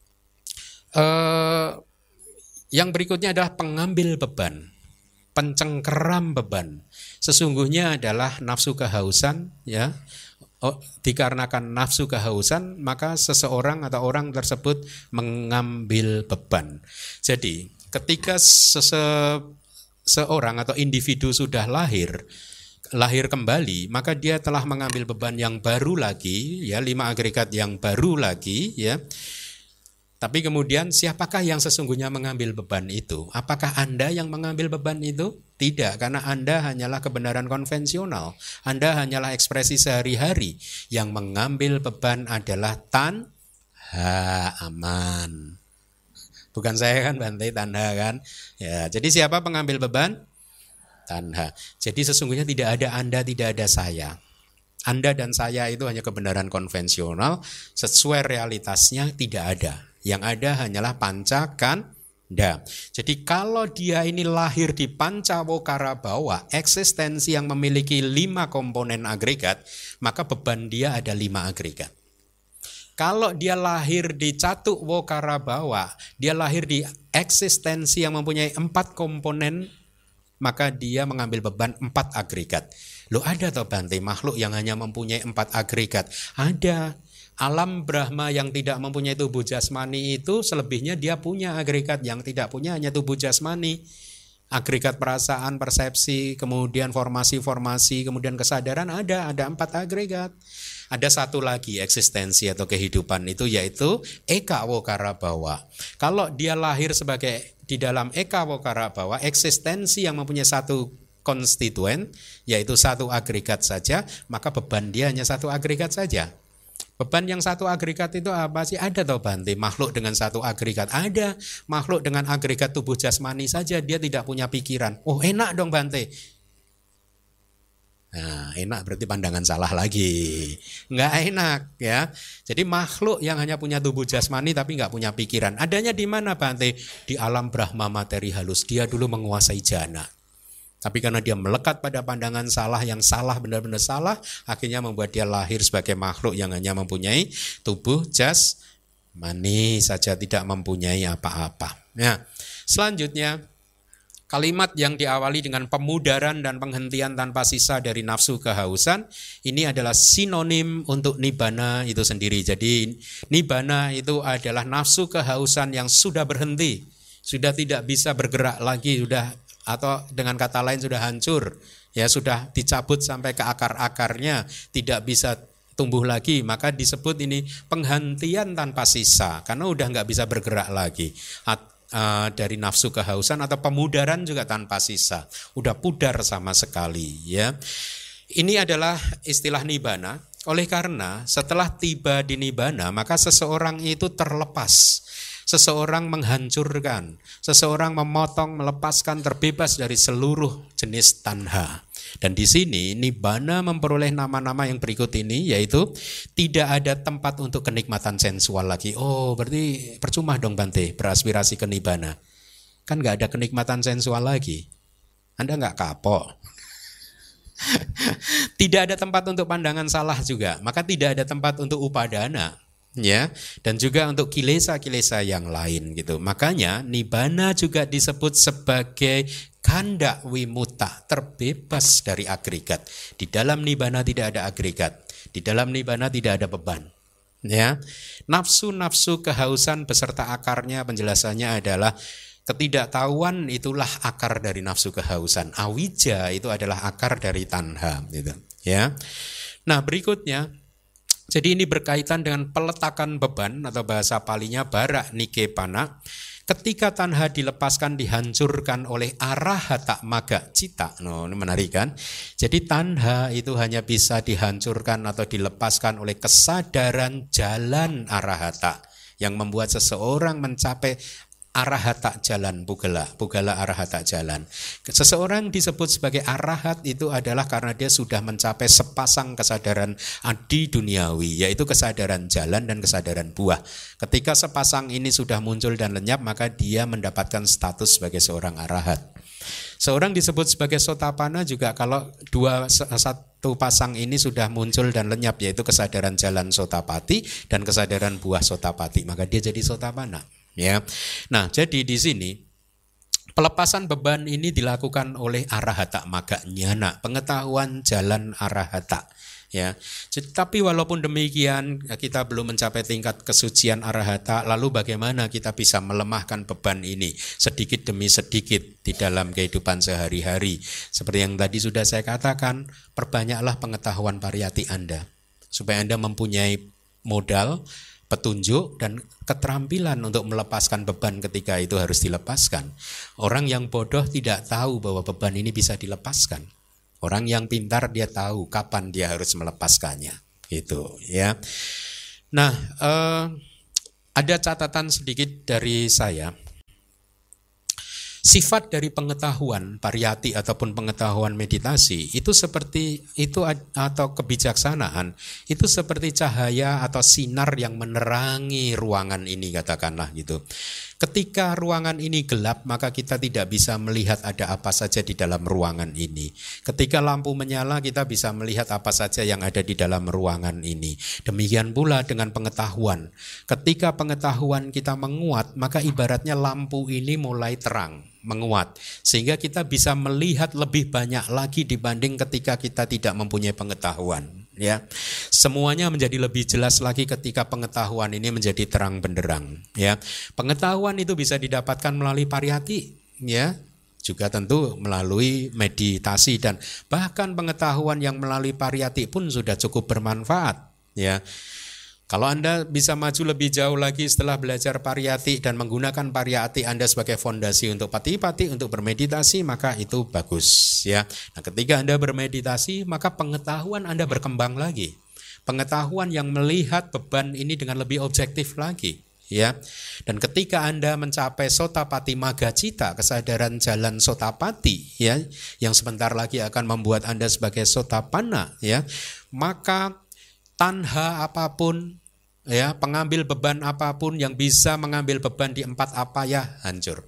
yang berikutnya adalah pengambil beban, pencengkeram beban. Sesungguhnya adalah nafsu kehausan, ya. Dikarenakan nafsu kehausan, maka seseorang atau orang tersebut mengambil beban. Jadi, ketika seorang atau individu sudah lahir kembali, maka dia telah mengambil beban yang baru lagi, ya, 5 agregat yang baru lagi, ya. Tapi kemudian siapakah yang sesungguhnya mengambil beban itu? Apakah Anda yang mengambil beban itu? Tidak, karena Anda hanyalah kebenaran konvensional. Anda hanyalah ekspresi sehari-hari. Yang mengambil beban adalah tanha, aman. Bukan saya kan, Bante, tanha kan. Ya, jadi siapa pengambil beban? Tanha. Jadi sesungguhnya tidak ada Anda, tidak ada saya. Anda dan saya itu hanya kebenaran konvensional, sesuai realitasnya tidak ada. Yang ada hanyalah pancakanda. Jadi kalau dia ini lahir di pancawokara bawah, eksistensi yang memiliki 5 komponen agregat, maka beban dia ada 5 agregat. Kalau dia lahir di catuk wokara bawah, dia lahir di eksistensi yang mempunyai 4 komponen, maka dia mengambil beban 4 agregat. Loh, ada toh Bante makhluk yang hanya mempunyai 4 agregat? Ada. Alam Brahma yang tidak mempunyai tubuh jasmani itu selebihnya dia punya agregat, yang tidak punya hanya tubuh jasmani. Agregat perasaan, persepsi, kemudian formasi-formasi, kemudian kesadaran ada 4 agregat. Ada satu lagi eksistensi atau kehidupan itu, yaitu Eka Wokara Bawa. Kalau dia lahir sebagai di dalam Eka Wokara Bawa, eksistensi yang mempunyai satu konstituen, yaitu 1 agregat saja, maka beban dia hanya 1 agregat saja. Beban yang 1 agregat itu apa sih? Ada toh Bante makhluk dengan 1 agregat? Ada. Makhluk dengan agregat tubuh jasmani saja dia tidak punya pikiran. Oh, enak dong Bante. Nah, enak berarti pandangan salah lagi. Enggak enak, ya. Jadi makhluk yang hanya punya tubuh jasmani tapi enggak punya pikiran. Adanya di mana Bante? Di alam Brahma materi halus. Dia dulu menguasai jana. Tapi karena dia melekat pada pandangan salah, yang salah benar-benar salah, akhirnya membuat dia lahir sebagai makhluk yang hanya mempunyai tubuh jasmani saja, tidak mempunyai apa-apa. Nah, selanjutnya kalimat yang diawali dengan pemudaran dan penghentian tanpa sisa dari nafsu kehausan, ini adalah sinonim untuk nibbana itu sendiri. Jadi nibbana itu adalah nafsu kehausan yang sudah berhenti, sudah tidak bisa bergerak lagi, atau dengan kata lain sudah hancur, ya, sudah dicabut sampai ke akar-akarnya, tidak bisa tumbuh lagi, maka disebut ini penghentian tanpa sisa, karena udah nggak bisa bergerak lagi. Dari nafsu kehausan, atau pemudaran juga tanpa sisa, udah pudar sama sekali, ya. Ini adalah istilah nibbana. Oleh karena setelah tiba di nibbana, maka seseorang itu terlepas. Seseorang menghancurkan, seseorang memotong, melepaskan, terbebas dari seluruh jenis tanha. Dan di sini nibbana memperoleh nama-nama yang berikut ini, yaitu tidak ada tempat untuk kenikmatan sensual lagi. Oh, berarti percuma dong Bante beraspirasi ke nibbana. Kan nggak ada kenikmatan sensual lagi. Anda nggak kapok. Tidak ada tempat untuk pandangan salah juga, maka tidak ada tempat untuk upadana. Ya, dan juga untuk kilesa-kilesa yang lain gitu. Makanya nibbana juga disebut sebagai kanda wimuta, terbebas dari agregat. Di dalam nibbana tidak ada agregat. Di dalam nibbana tidak ada beban. Ya. Nafsu-nafsu kehausan beserta akarnya, penjelasannya adalah ketidaktahuan itulah akar dari nafsu kehausan. Awija itu adalah akar dari tanha gitu, ya. Nah, berikutnya, jadi ini berkaitan dengan peletakan beban, atau bahasa palinya bara nikepana. Ketika tanha dilepaskan, dihancurkan oleh arahata maga cita. Ini menarik kan? Jadi tanha itu hanya bisa dihancurkan atau dilepaskan oleh kesadaran jalan arahata, yang membuat seseorang mencapai arahata jalan, pugala arahata jalan. Seseorang disebut sebagai arahat itu adalah karena dia sudah mencapai sepasang kesadaran adi duniawi, yaitu kesadaran jalan dan kesadaran buah. Ketika sepasang ini sudah muncul dan lenyap, maka dia mendapatkan status sebagai seorang arahat. Seorang disebut sebagai sotapana juga kalau satu pasang ini sudah muncul dan lenyap, yaitu kesadaran jalan sotapati dan kesadaran buah sotapati, maka dia jadi sotapana. Ya, nah jadi di sini pelepasan beban ini dilakukan oleh arahata maga nyana, pengetahuan jalan arahata. Ya, tapi walaupun demikian kita belum mencapai tingkat kesucian arahata. Lalu bagaimana kita bisa melemahkan beban ini sedikit demi sedikit di dalam kehidupan sehari-hari? Seperti yang tadi sudah saya katakan, perbanyaklah pengetahuan pariyati Anda supaya Anda mempunyai modal, petunjuk dan keterampilan untuk melepaskan beban ketika itu harus dilepaskan. Orang yang bodoh tidak tahu bahwa beban ini bisa dilepaskan. Orang yang pintar dia tahu kapan dia harus melepaskannya, gitu ya. Nah, ada catatan sedikit dari saya. Sifat dari pengetahuan pariyati ataupun pengetahuan meditasi itu seperti itu, atau kebijaksanaan itu seperti cahaya atau sinar yang menerangi ruangan ini, katakanlah gitu. Ketika ruangan ini gelap, maka kita tidak bisa melihat ada apa saja di dalam ruangan ini. Ketika lampu menyala, kita bisa melihat apa saja yang ada di dalam ruangan ini. Demikian pula dengan pengetahuan. Ketika pengetahuan kita menguat, maka ibaratnya lampu ini mulai terang, menguat. Sehingga kita bisa melihat lebih banyak lagi dibanding ketika kita tidak mempunyai pengetahuan. Ya, semuanya menjadi lebih jelas lagi ketika pengetahuan ini menjadi terang benderang. Ya, pengetahuan itu bisa didapatkan melalui pariyati, ya, juga tentu melalui meditasi, dan bahkan pengetahuan yang melalui pariyati pun sudah cukup bermanfaat. Ya, kalau Anda bisa maju lebih jauh lagi setelah belajar pariyati dan menggunakan pariyati Anda sebagai fondasi untuk pati-pati, untuk bermeditasi, maka itu bagus ya. Nah, ketika Anda bermeditasi, maka pengetahuan Anda berkembang lagi. Pengetahuan yang melihat beban ini dengan lebih objektif lagi ya. Dan ketika Anda mencapai sotapati magacita, kesadaran jalan sotapati ya, yang sebentar lagi akan membuat Anda sebagai sotapanna ya, maka tanha apapun, ya, pengambil beban apapun yang bisa mengambil beban di 4 apaya hancur.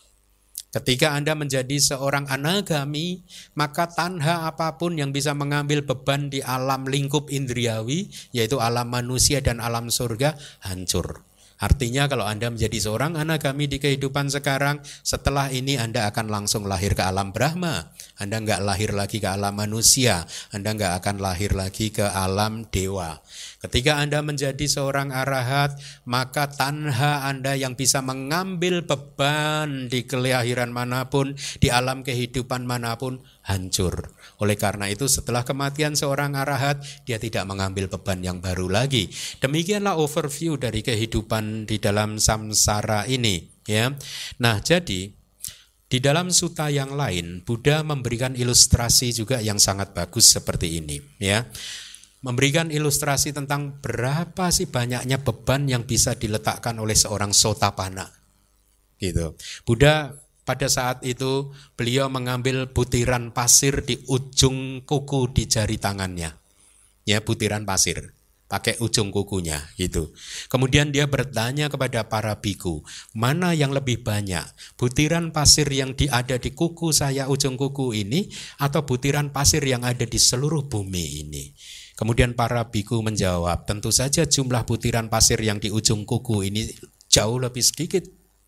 Ketika Anda menjadi seorang anagami, maka tanha apapun yang bisa mengambil beban di alam lingkup indriawi, yaitu alam manusia dan alam surga, hancur. Artinya kalau Anda menjadi seorang anagami di kehidupan sekarang, setelah ini Anda akan langsung lahir ke alam Brahma. Anda nggak lahir lagi ke alam manusia, Anda nggak akan lahir lagi ke alam dewa. Ketika Anda menjadi seorang arahat, maka tanha Anda yang bisa mengambil beban di kelahiran manapun, di alam kehidupan manapun, hancur. Oleh karena itu setelah kematian seorang arahat, dia tidak mengambil beban yang baru lagi. Demikianlah overview dari kehidupan di dalam samsara ini ya. Nah, jadi di dalam sutta yang lain Buddha memberikan ilustrasi juga yang sangat bagus seperti ini ya. Memberikan ilustrasi tentang berapa sih banyaknya beban yang bisa diletakkan oleh seorang sotapanna gitu. Buddha pada saat itu beliau mengambil butiran pasir di ujung kuku di jari tangannya. Ya, butiran pasir pakai ujung kukunya gitu. Kemudian dia bertanya kepada para biku, mana yang lebih banyak? Butiran pasir yang ada di kuku saya, ujung kuku ini, atau butiran pasir yang ada di seluruh bumi ini? Kemudian para biku menjawab, tentu saja jumlah butiran pasir yang di ujung kuku ini jauh lebih sedikit,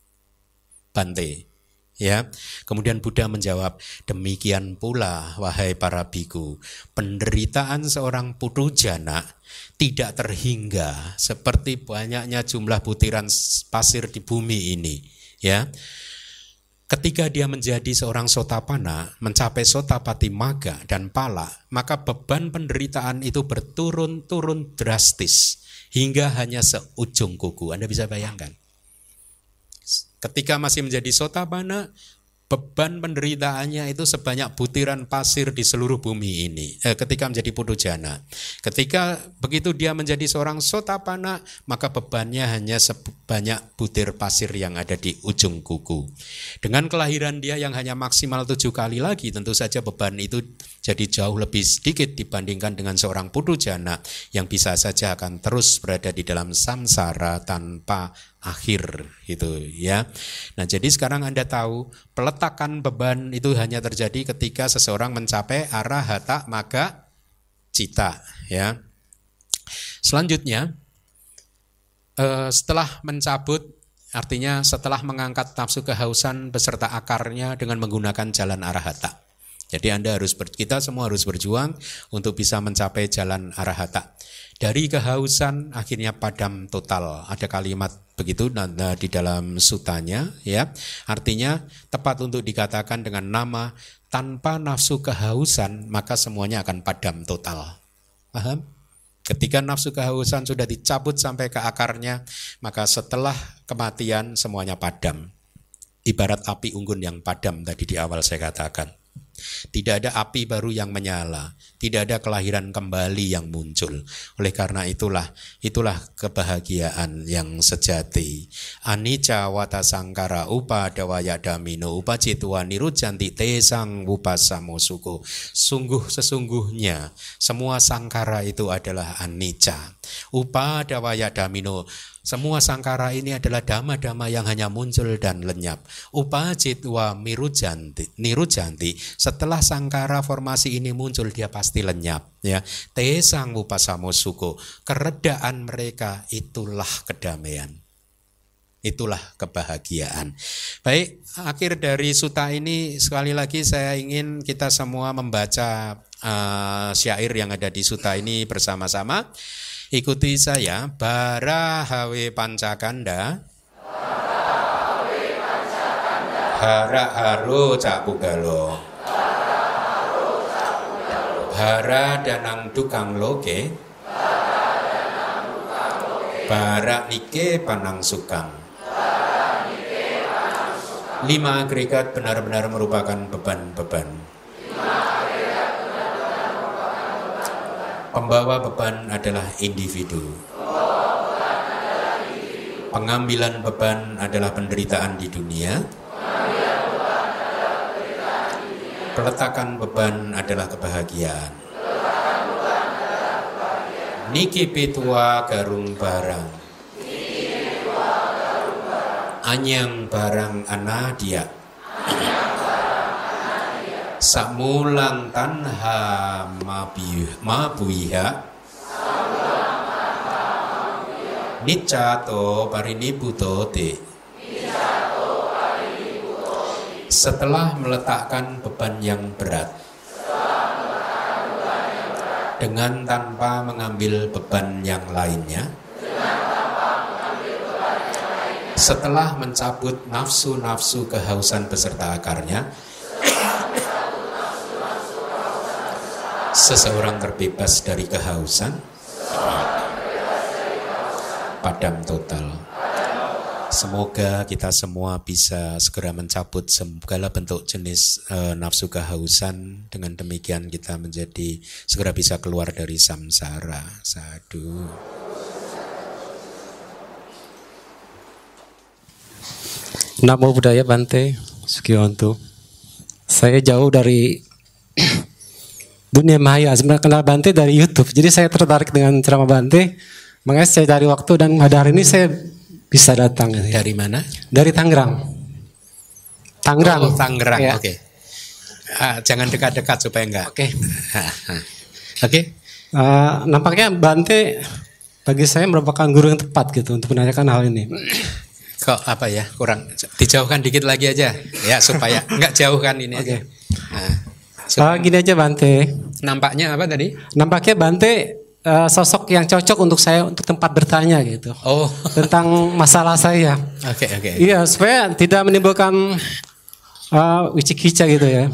Bante. Ya, kemudian Buddha menjawab, demikian pula wahai para biku, penderitaan seorang putujana tidak terhingga seperti banyaknya jumlah butiran pasir di bumi ini. Ya, ketika dia menjadi seorang sotapanna, mencapai sotapati magga dan pala, maka beban penderitaan itu berturun-turun drastis hingga hanya seujung kuku. Anda bisa bayangkan. Ketika masih menjadi sotapanna, beban penderitaannya itu sebanyak butiran pasir di seluruh bumi ini. Ketika menjadi putujana, ketika begitu dia menjadi seorang sotapanna, maka bebannya hanya sebanyak butir pasir yang ada di ujung kuku. Dengan kelahiran dia yang hanya maksimal 7 kali lagi, tentu saja beban itu jadi jauh lebih sedikit dibandingkan dengan seorang putujana yang bisa saja akan terus berada di dalam samsara tanpa akhir gitu ya. Nah, jadi sekarang Anda tahu peletakan beban itu hanya terjadi ketika seseorang mencapai arahata magga cita ya. Selanjutnya setelah mencabut, artinya setelah mengangkat nafsu kehausan beserta akarnya dengan menggunakan jalan arahata. Jadi kita semua harus berjuang untuk bisa mencapai jalan arahata. Dari kehausan akhirnya padam total. Ada kalimat begitu di dalam sutanya, ya. Artinya tepat untuk dikatakan dengan nama tanpa nafsu kehausan maka semuanya akan padam total. Paham? Ketika nafsu kehausan sudah dicabut sampai ke akarnya, maka setelah kematian semuanya padam. Ibarat api unggun yang padam tadi di awal saya katakan. Tidak ada api baru yang menyala, tidak ada kelahiran kembali yang muncul. Oleh karena itulah kebahagiaan yang sejati. Anicca wata sangkara upadawaya damino upacitwa nirujanti tesang upasamo suko. Sesungguhnya semua sangkara itu adalah anicca. Upadawaya damino, semua sangkara ini adalah dhamma-dhamma yang hanya muncul dan lenyap. Upacitwa nirujanti, setelah sangkara formasi ini muncul dia pasti lenyap, ya. Tesang upasamo suko, keredaan mereka itulah kedamaian. Itulah kebahagiaan. Baik, akhir dari suta ini sekali lagi saya ingin kita semua membaca syair yang ada di suta ini bersama-sama. Ikuti saya, Barahawe Pancakanda, Hara Haro Cakugalo, Hara Danang Dukang Loke, Bara Nike Panang Sukang. 5 agregat benar-benar merupakan beban-beban. Pembawa beban adalah individu. Pengambilan beban adalah penderitaan di dunia. Peletakan beban adalah kebahagiaan. Niki pitua garung barang, anyang barang anadia. Samulang tanha mabuiha, niccato parinibuto te. Setelah meletakkan beban yang berat, dengan tanpa mengambil beban yang lainnya, setelah mencabut nafsu-nafsu kehausan beserta akarnya, seseorang terbebas dari kehausan, padam total. Semoga kita semua bisa segera mencabut segala bentuk jenis nafsu kehausan. Dengan demikian kita segera bisa keluar dari samsara. Sadhu.
Namo Buddhaya Bante Sukiyonto. Saya jauh dari dunia maya. Sebenarnya kenal Bante dari YouTube. Jadi saya tertarik dengan ceramah Bante. Makanya saya cari waktu dan pada hari ini saya bisa datang.
Dari mana?
Dari Tangerang.
Oh, Tangerang.
Ya.
Oke. Jangan dekat-dekat supaya enggak.
Oke.
Oke.
Nampaknya Bante bagi saya merupakan guru yang tepat gitu untuk menanyakan hal ini.
Kok apa ya? Kurang dijauhkan dikit lagi aja. Ya supaya enggak jauhkan ini aja.
Gini aja Bante.
Nampaknya apa tadi?
Nampaknya Bante sosok yang cocok untuk saya untuk tempat bertanya gitu.
Oh.
Tentang masalah saya.
Oke.
Iya, supaya tidak menimbulkan wicik-wicik gitu ya.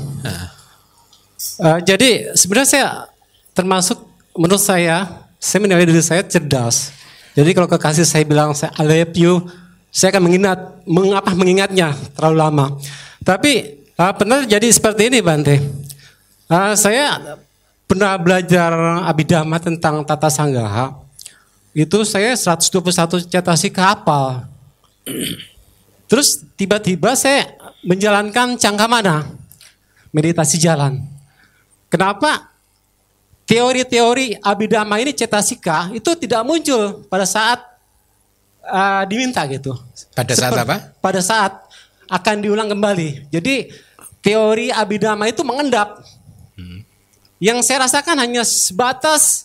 Jadi sebenarnya saya termasuk menurut saya menilai diri saya cerdas. Jadi kalau kekasih saya bilang saya I love you, saya akan mengingatnya terlalu lama. Tapi pernah jadi seperti ini Bante. Saya pernah belajar Abhidhamma tentang Tata Sanggaha. Itu saya 121 cetasika hafal. Terus tiba-tiba saya menjalankan Cangkamana, meditasi jalan. Kenapa? Teori-teori Abhidhamma ini cetasika itu tidak muncul pada saat diminta gitu.
Pada saat apa?
Pada saat akan diulang kembali. Jadi teori Abhidhamma itu mengendap. Yang saya rasakan hanya sebatas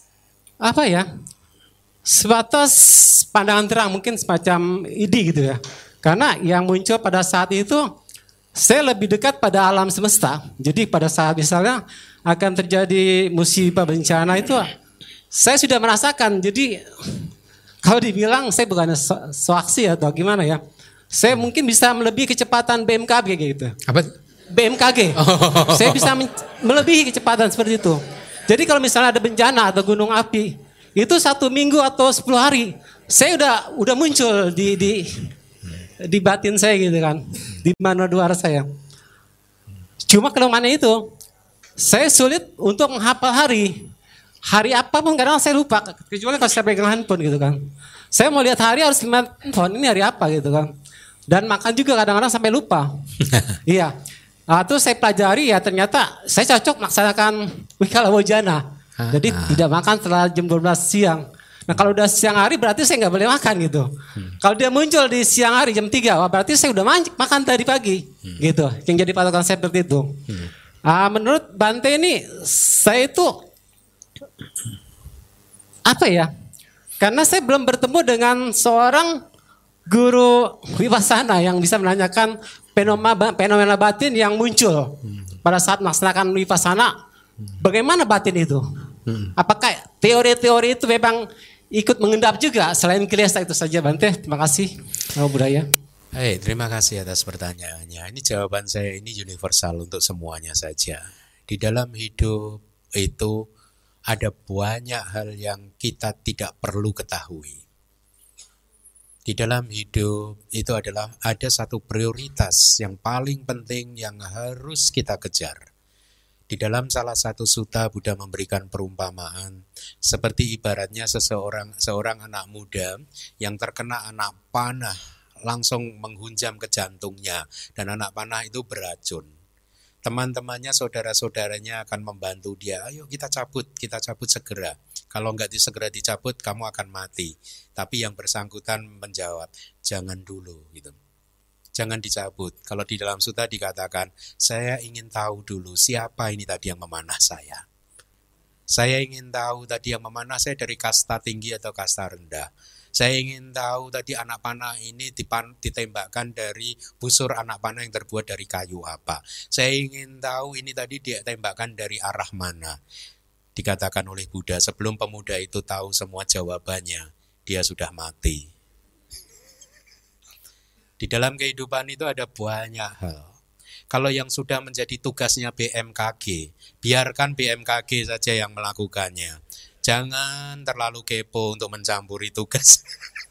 sebatas pandangan terang, mungkin semacam ide gitu ya. Karena yang muncul pada saat itu saya lebih dekat pada alam semesta. Jadi pada saat misalnya akan terjadi musibah bencana itu, saya sudah merasakan. Jadi kalau dibilang saya bukan swaksi atau gimana ya, saya mungkin bisa melebihi kecepatan BMKG gitu.
Apa?
BMKG. Saya bisa melebihi kecepatan seperti itu. Jadi kalau misalnya ada bencana atau gunung api, itu 1 minggu atau 10 hari, saya udah muncul di batin saya gitu kan, di mana duara saya. Cuma kelemahannya itu, saya sulit untuk menghafal hari. Hari apapun kadang saya lupa, kecuali kalau saya pegang handphone gitu kan. Saya mau lihat hari harus lihat handphone, ini hari apa gitu kan. Dan makan juga kadang-kadang sampai lupa. Iya. Terus saya pelajari ya ternyata saya cocok melaksanakan Wikala Wojana. Jadi tidak makan setelah jam 12 siang. Nah kalau udah siang hari berarti saya nggak boleh makan gitu. Kalau dia muncul di siang hari jam 3, wah berarti saya udah makan tadi pagi. Gitu. Yang jadi patokan saya seperti itu. Menurut Bante ini saya itu apa ya? Karena saya belum bertemu dengan seorang guru Vipassana yang bisa menanyakan fenomena batin yang muncul pada saat melaksanakan Vipassana. Bagaimana batin itu? Apakah teori-teori itu memang ikut mengendap juga selain kilesa itu saja, Bante? Terima kasih. Namo Buddhaya.
Terima kasih atas pertanyaannya. Ini jawaban saya ini universal untuk semuanya saja. Di dalam hidup itu ada banyak hal yang kita tidak perlu ketahui. Di dalam hidup itu adalah ada satu prioritas yang paling penting yang harus kita kejar. Di dalam salah satu sutta Buddha memberikan perumpamaan seperti ibaratnya seorang anak muda yang terkena anak panah langsung menghunjam ke jantungnya dan anak panah itu beracun. Teman-temannya, saudara-saudaranya akan membantu dia. Ayo kita cabut segera. Kalau nggak segera dicabut, kamu akan mati. Tapi yang bersangkutan menjawab, jangan dulu, gitu. Jangan dicabut. Kalau di dalam sutta dikatakan, saya ingin tahu dulu siapa ini tadi yang memanah saya. Saya ingin tahu tadi yang memanah saya dari kasta tinggi atau kasta rendah. Saya ingin tahu tadi anak panah ini ditembakkan dari busur anak panah yang terbuat dari kayu apa. Saya ingin tahu ini tadi ditembakkan dari arah mana. Dikatakan oleh Buddha, sebelum pemuda itu tahu semua jawabannya, dia sudah mati. Di dalam kehidupan itu ada banyak hal. Kalau yang sudah menjadi tugasnya BMKG, biarkan BMKG saja yang melakukannya. Jangan terlalu kepo untuk mencampuri tugas.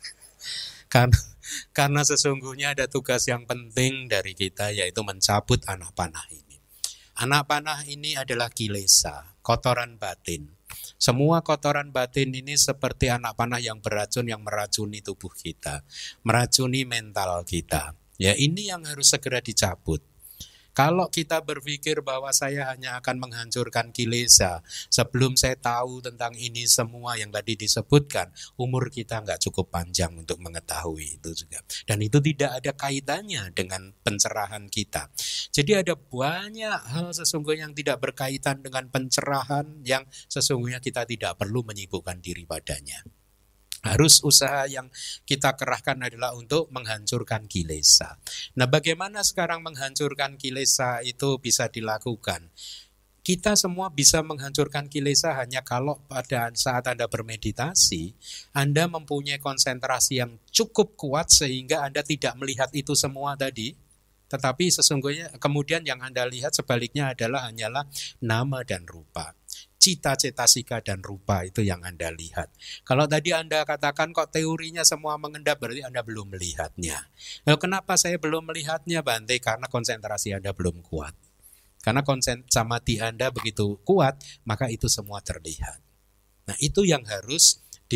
Karena sesungguhnya ada tugas yang penting dari kita, yaitu mencabut anak panah ini. Anak panah ini adalah kilesa, kotoran batin. Semua kotoran batin ini seperti anak panah yang beracun yang meracuni tubuh kita, meracuni mental kita. Ya, ini yang harus segera dicabut. Kalau kita berpikir bahwa saya hanya akan menghancurkan kilesa sebelum saya tahu tentang ini semua yang tadi disebutkan, umur kita nggak cukup panjang untuk mengetahui itu juga. Dan itu tidak ada kaitannya dengan pencerahan kita. Jadi ada banyak hal sesungguhnya yang tidak berkaitan dengan pencerahan yang sesungguhnya kita tidak perlu menyibukkan diri padanya. Harus usaha yang kita kerahkan adalah untuk menghancurkan kilesa. Nah, bagaimana sekarang menghancurkan kilesa itu bisa dilakukan? Kita semua bisa menghancurkan kilesa hanya kalau pada saat Anda bermeditasi, Anda mempunyai konsentrasi yang cukup kuat sehingga Anda tidak melihat itu semua tadi. Tetapi sesungguhnya kemudian yang Anda lihat sebaliknya adalah hanyalah nama dan rupa. Cita, cetasika, dan rupa itu yang Anda lihat. Kalau tadi Anda katakan kok teorinya semua mengendap, berarti Anda belum melihatnya. Lalu kenapa saya belum melihatnya, Bante? Karena konsentrasi Anda belum kuat. Karena samadhi Anda begitu kuat, maka itu semua terlihat. Nah, itu yang harus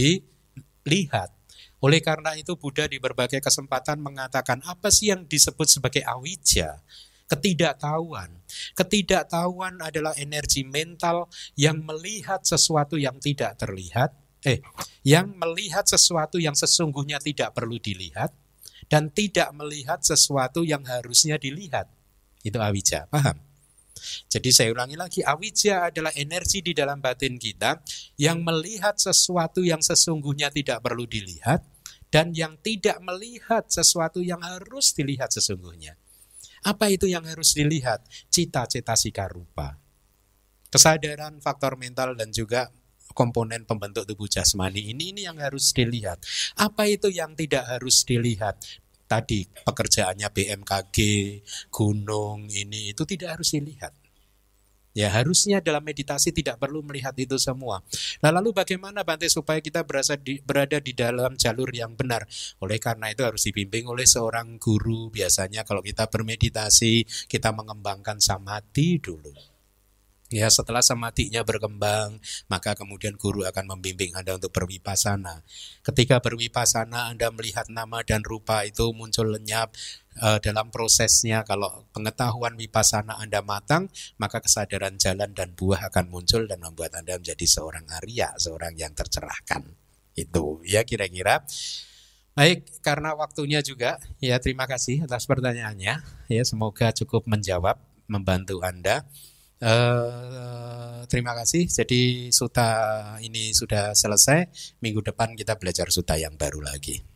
dilihat. Oleh karena itu Buddha di berbagai kesempatan mengatakan apa sih yang disebut sebagai awijja? Ketidaktahuan. Ketidaktahuan adalah energi mental yang melihat sesuatu yang tidak terlihat, yang melihat sesuatu yang sesungguhnya tidak perlu dilihat, dan tidak melihat sesuatu yang harusnya dilihat. Itu awijja, paham? Jadi saya ulangi lagi, awijja adalah energi di dalam batin kita yang melihat sesuatu yang sesungguhnya tidak perlu dilihat, dan yang tidak melihat sesuatu yang harus dilihat sesungguhnya. Apa itu yang harus dilihat? Cita-cita sika rupa. Kesadaran, faktor mental, dan juga komponen pembentuk tubuh jasmani ini yang harus dilihat. Apa itu yang tidak harus dilihat? Tadi pekerjaannya BMKG, gunung, ini itu tidak harus dilihat. Ya, harusnya dalam meditasi tidak perlu melihat itu semua. Nah, lalu bagaimana Bante supaya kita berada di dalam jalur yang benar? Oleh karena itu harus dibimbing oleh seorang guru. Biasanya kalau kita bermeditasi, kita mengembangkan samadhi dulu. Ya, setelah samadhinya berkembang, maka kemudian guru akan membimbing Anda untuk berwipasana. Ketika berwipasana, Anda melihat nama dan rupa itu muncul lenyap. Dalam prosesnya, kalau pengetahuan wipasana Anda matang, maka kesadaran jalan dan buah akan muncul dan membuat Anda menjadi seorang Arya, seorang yang tercerahkan. Itu ya kira-kira. Baik, karena waktunya juga, ya terima kasih atas pertanyaannya. Ya, semoga cukup menjawab, membantu Anda. Terima kasih. Jadi suta ini sudah selesai. Minggu depan kita belajar suta yang baru lagi.